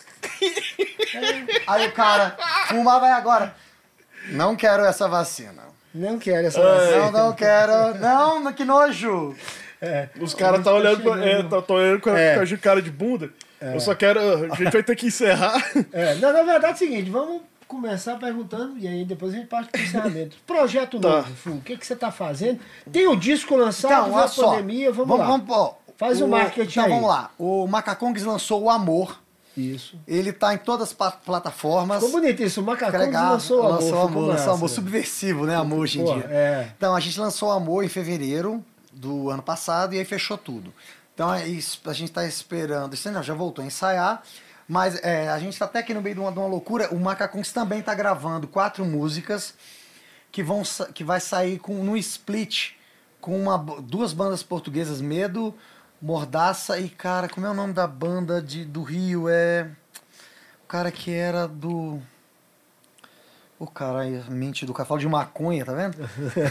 Aí o cara fuma, vai agora. Não quero essa vacina. Não quero essa vacina. Não quero. Não, que nojo. Os caras estão olhando, tô olhando com a cara de bunda. Eu só quero... A gente vai ter que encerrar. Não, na verdade é o seguinte, vamos começar perguntando e aí depois a gente parte pro encerramento. Projeto novo, Fu, o que você tá fazendo? Tem o disco lançado na pandemia, vamos lá. Faz o marketing então, aí. Vamos lá. O Macacongs lançou o Amor. Isso. Ele tá em todas as plataformas. Ficou bonito isso, o Macacongs lançou o Amor. Lançou o Amor subversivo, né? Amor hoje em dia. Então a gente lançou o Amor em fevereiro do ano passado e aí fechou tudo. Então a gente tá esperando. Isso não, já voltou a ensaiar. Mas a gente tá até aqui no meio de uma loucura. O Macacongs também tá gravando 4 músicas que vai sair no split com 2 bandas portuguesas, Medo, Mordaça e, cara, como é o nome da banda do Rio? O cara que era do... O cara, mente do cara, fala de maconha, tá vendo?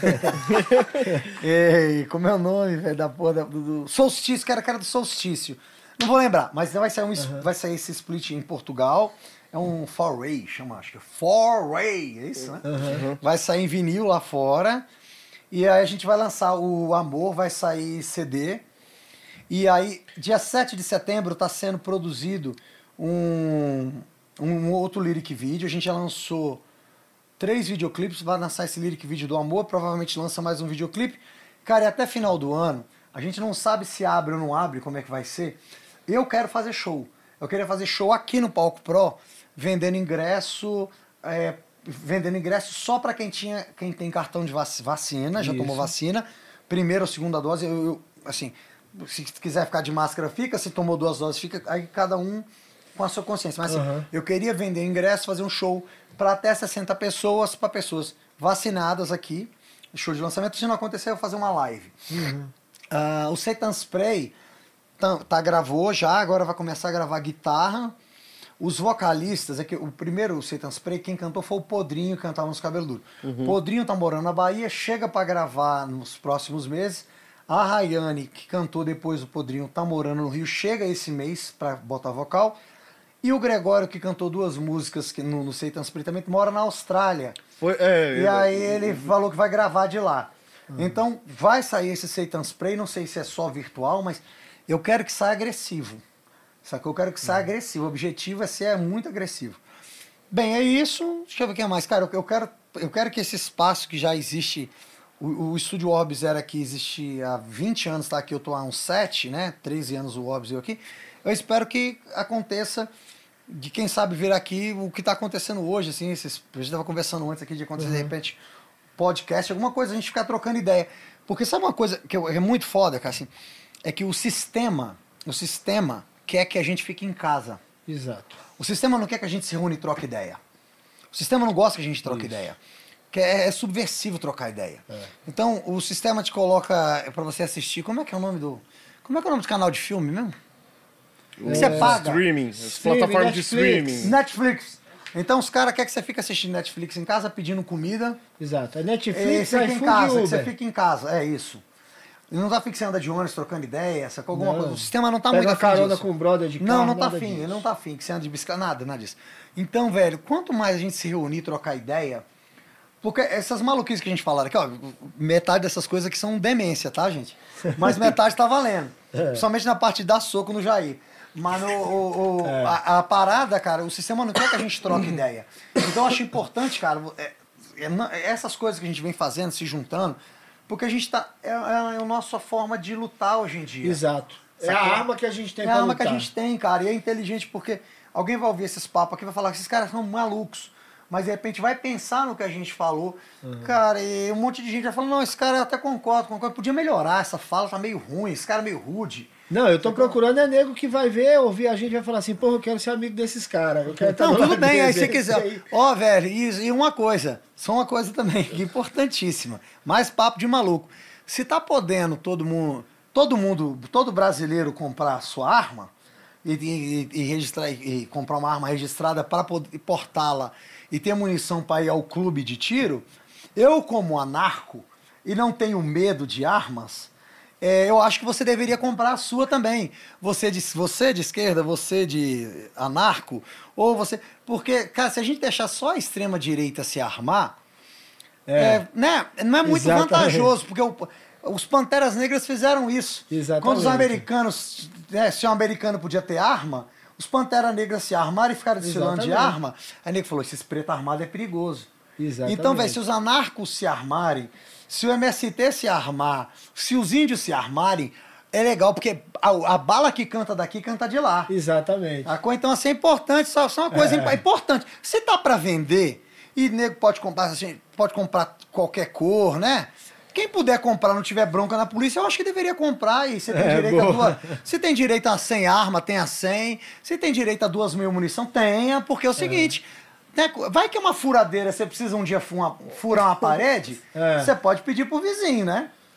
Ei, como é o nome, velho, da porra do Solstício, que era cara do Solstício. Não vou lembrar, mas vai sair esse split em Portugal. É um four-way, chama, acho que é four-way, é isso, né? Vai sair em vinil lá fora. E aí a gente vai lançar o Amor, vai sair CD. E aí, dia 7 de setembro, tá sendo produzido um outro lyric video. A gente já lançou 3 videoclipes, vai lançar esse lyric video do Amor, provavelmente lança mais um videoclipe. Cara, e até final do ano, a gente não sabe se abre ou não abre, como é que vai ser. Eu quero fazer show. Eu queria fazer show aqui no Palco Pro, vendendo ingresso só para quem tem cartão de vacina, já tomou vacina, primeira ou segunda dose. Assim, se quiser ficar de máscara, fica. Se tomou 2 doses, fica. Aí cada um com a sua consciência. Mas assim, eu queria vender ingresso, fazer um show para até 60 pessoas, para pessoas vacinadas aqui. Show de lançamento. Se não acontecer, eu vou fazer uma live. O Satan Spray gravou já, agora vai começar a gravar guitarra. Os vocalistas, o primeiro Satan Spray, quem cantou foi o Podrinho, que cantava nos Cabelo Duro. Podrinho tá morando na Bahia, chega para gravar nos próximos meses. A Rayane, que cantou depois do Podrinho, tá morando no Rio, chega esse mês para botar vocal. E o Gregório, que cantou 2 músicas no Satan Spray, também mora na Austrália. Aí ele falou que vai gravar de lá. Então vai sair esse Satan Spray, não sei se é só virtual, mas eu quero que saia agressivo. Sacou? Eu quero que saia agressivo. O objetivo é ser muito agressivo. Bem, é isso. Deixa eu ver o que mais. Cara, eu quero que esse espaço que já existe... O Estúdio Orbs era que existe há 20 anos, tá aqui, eu tô há uns 7, né? 13 anos o Orbs eu aqui. Eu espero que aconteça, de quem sabe vir aqui, o que tá acontecendo hoje, assim, a gente tava conversando antes aqui de acontecer, de repente, podcast, alguma coisa, a gente ficar trocando ideia. Porque sabe uma coisa que é muito foda, cara, assim, é que o sistema quer que a gente fique em casa. Exato. O sistema não quer que a gente se reúne e troque ideia. O sistema não gosta que a gente troque ideia. Que é subversivo trocar ideia. Então, o sistema te coloca pra você assistir. Como é que é o nome do canal de filme mesmo? Você paga. Streaming, as plataformas de streaming. Netflix. Então, os caras querem que você fique assistindo Netflix em casa, pedindo comida. Exato. A Netflix, você fica em casa, você fica em casa. É isso. E não tá fixando de ônibus, trocando ideia, com alguma coisa. O sistema não tá muito afim carona disso. com o brother de carro. Não tá afim. Ele não tá afim, que você anda de bicicleta, nada disso. Então, velho, quanto mais a gente se reunir, trocar ideia... Porque essas maluquices que a gente falaram aqui, ó, metade dessas coisas aqui são demência, tá, gente? Mas metade tá valendo. Principalmente na parte de dar soco no Jair. Mas a parada, cara, o sistema não quer que a gente troque ideia. Então eu acho importante, cara, essas coisas que a gente vem fazendo, se juntando, porque a gente tá. É a nossa forma de lutar hoje em dia. Exato. É a arma que a gente tem pra lutar. É a arma que a gente tem, cara. E é inteligente porque alguém vai ouvir esses papos aqui e vai falar que esses caras são malucos. Mas de repente vai pensar no que a gente falou. Cara, e um monte de gente vai falando, não, esse cara eu até concordo. Podia melhorar, essa fala tá meio ruim, esse cara é meio rude. Não, eu tô procurando nego que vai ouvir a gente e vai falar assim, porra, eu quero ser amigo desses caras. Não, tudo bem, aí se quiser. Ó, velho, e uma coisa, só uma coisa também, que é importantíssima. Mais papo de maluco. Se tá podendo todo brasileiro comprar a sua arma e comprar uma arma registrada para poder portá-la e ter munição para ir ao clube de tiro, eu como anarco e não tenho medo de armas, eu acho que você deveria comprar a sua também. Você de esquerda, você de anarco, ou você... Porque, cara, se a gente deixar só a extrema-direita se armar, né, não é muito vantajoso, porque os Panteras Negras fizeram isso. Exatamente. Quando os americanos... se um americano podia ter arma, os Panteras Negras se armaram e ficaram desfilando de arma. Aí o nego falou, esses preto armado é perigoso. Exatamente. Então, velho, se os anarcos se armarem, se o MST se armar, se os índios se armarem, é legal, porque a bala que canta daqui, canta de lá. Exatamente. Então, assim, é importante, só uma coisa importante. Se tá pra vender, e nego pode comprar qualquer cor, né? Quem puder comprar, não tiver bronca na polícia, eu acho que deveria comprar. E você tem direito se tem direito a 100 armas, tenha 100. Se tem direito a 2.000 munição, tenha. Porque é o seguinte, né, vai que é uma furadeira, você precisa um dia furar uma parede, você pode pedir pro vizinho, né?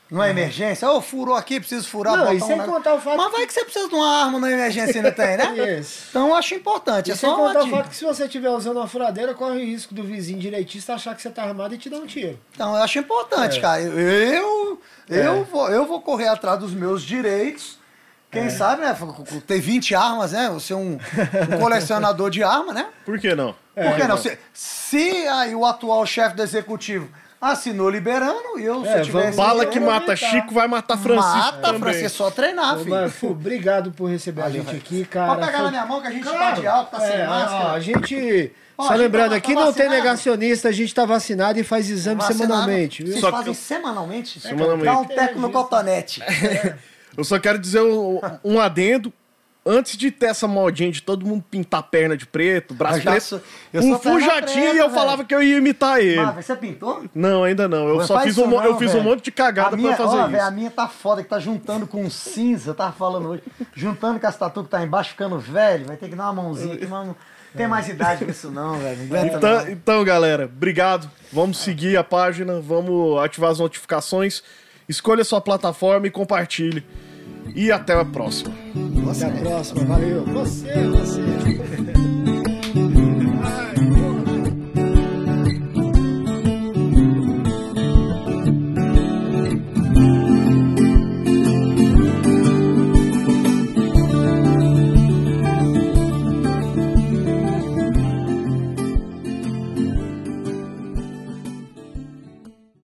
Numa emergência, furou aqui, preciso furar, não, e sem contar o fato. Mas vai que você precisa de uma arma na emergência ainda tem, né? Isso. Então eu acho importante. E sem contar o fato que se você estiver usando uma furadeira, corre o risco do vizinho direitista achar que você tá armado e te dar um tiro. Então eu acho importante, cara. Eu vou correr atrás dos meus direitos. Quem sabe, né? Ter 20 armas, né? Você um colecionador de armas, né? Por que não? Por que não? Se aí o atual chefe do executivo assinou liberando e se eu tivesse... Bala que mata Chico vai matar Francisco. Mata Francisco, só treinar, filho. Obrigado por receber a gente aqui, cara. Pode pegar na minha mão que a gente tá de alto, tá sem máscara. A gente... Só lembrando aqui, não tem negacionista, a gente tá vacinado e faz exame semanalmente. Vocês fazem semanalmente? Semanalmente. Dá um teco no cotonete. Eu só quero dizer um adendo. Antes de ter essa modinha de todo mundo pintar a perna de preto, braço preto, o Fu já tinha e eu falava que eu ia imitar ele. Mas você pintou? Não, ainda não. Eu só fiz um monte de cagada pra fazer isso. Véio, a minha tá foda, que tá juntando com cinza, eu tava falando hoje. Juntando com as tatu que tá embaixo, ficando velho, vai ter que dar uma mãozinha aqui, mas não tem mais idade pra isso não, velho. Não aguenta não. Então, galera, obrigado. Vamos seguir a página, vamos ativar as notificações, escolha sua plataforma e compartilhe. E até a próxima. Até a próxima, valeu. Você.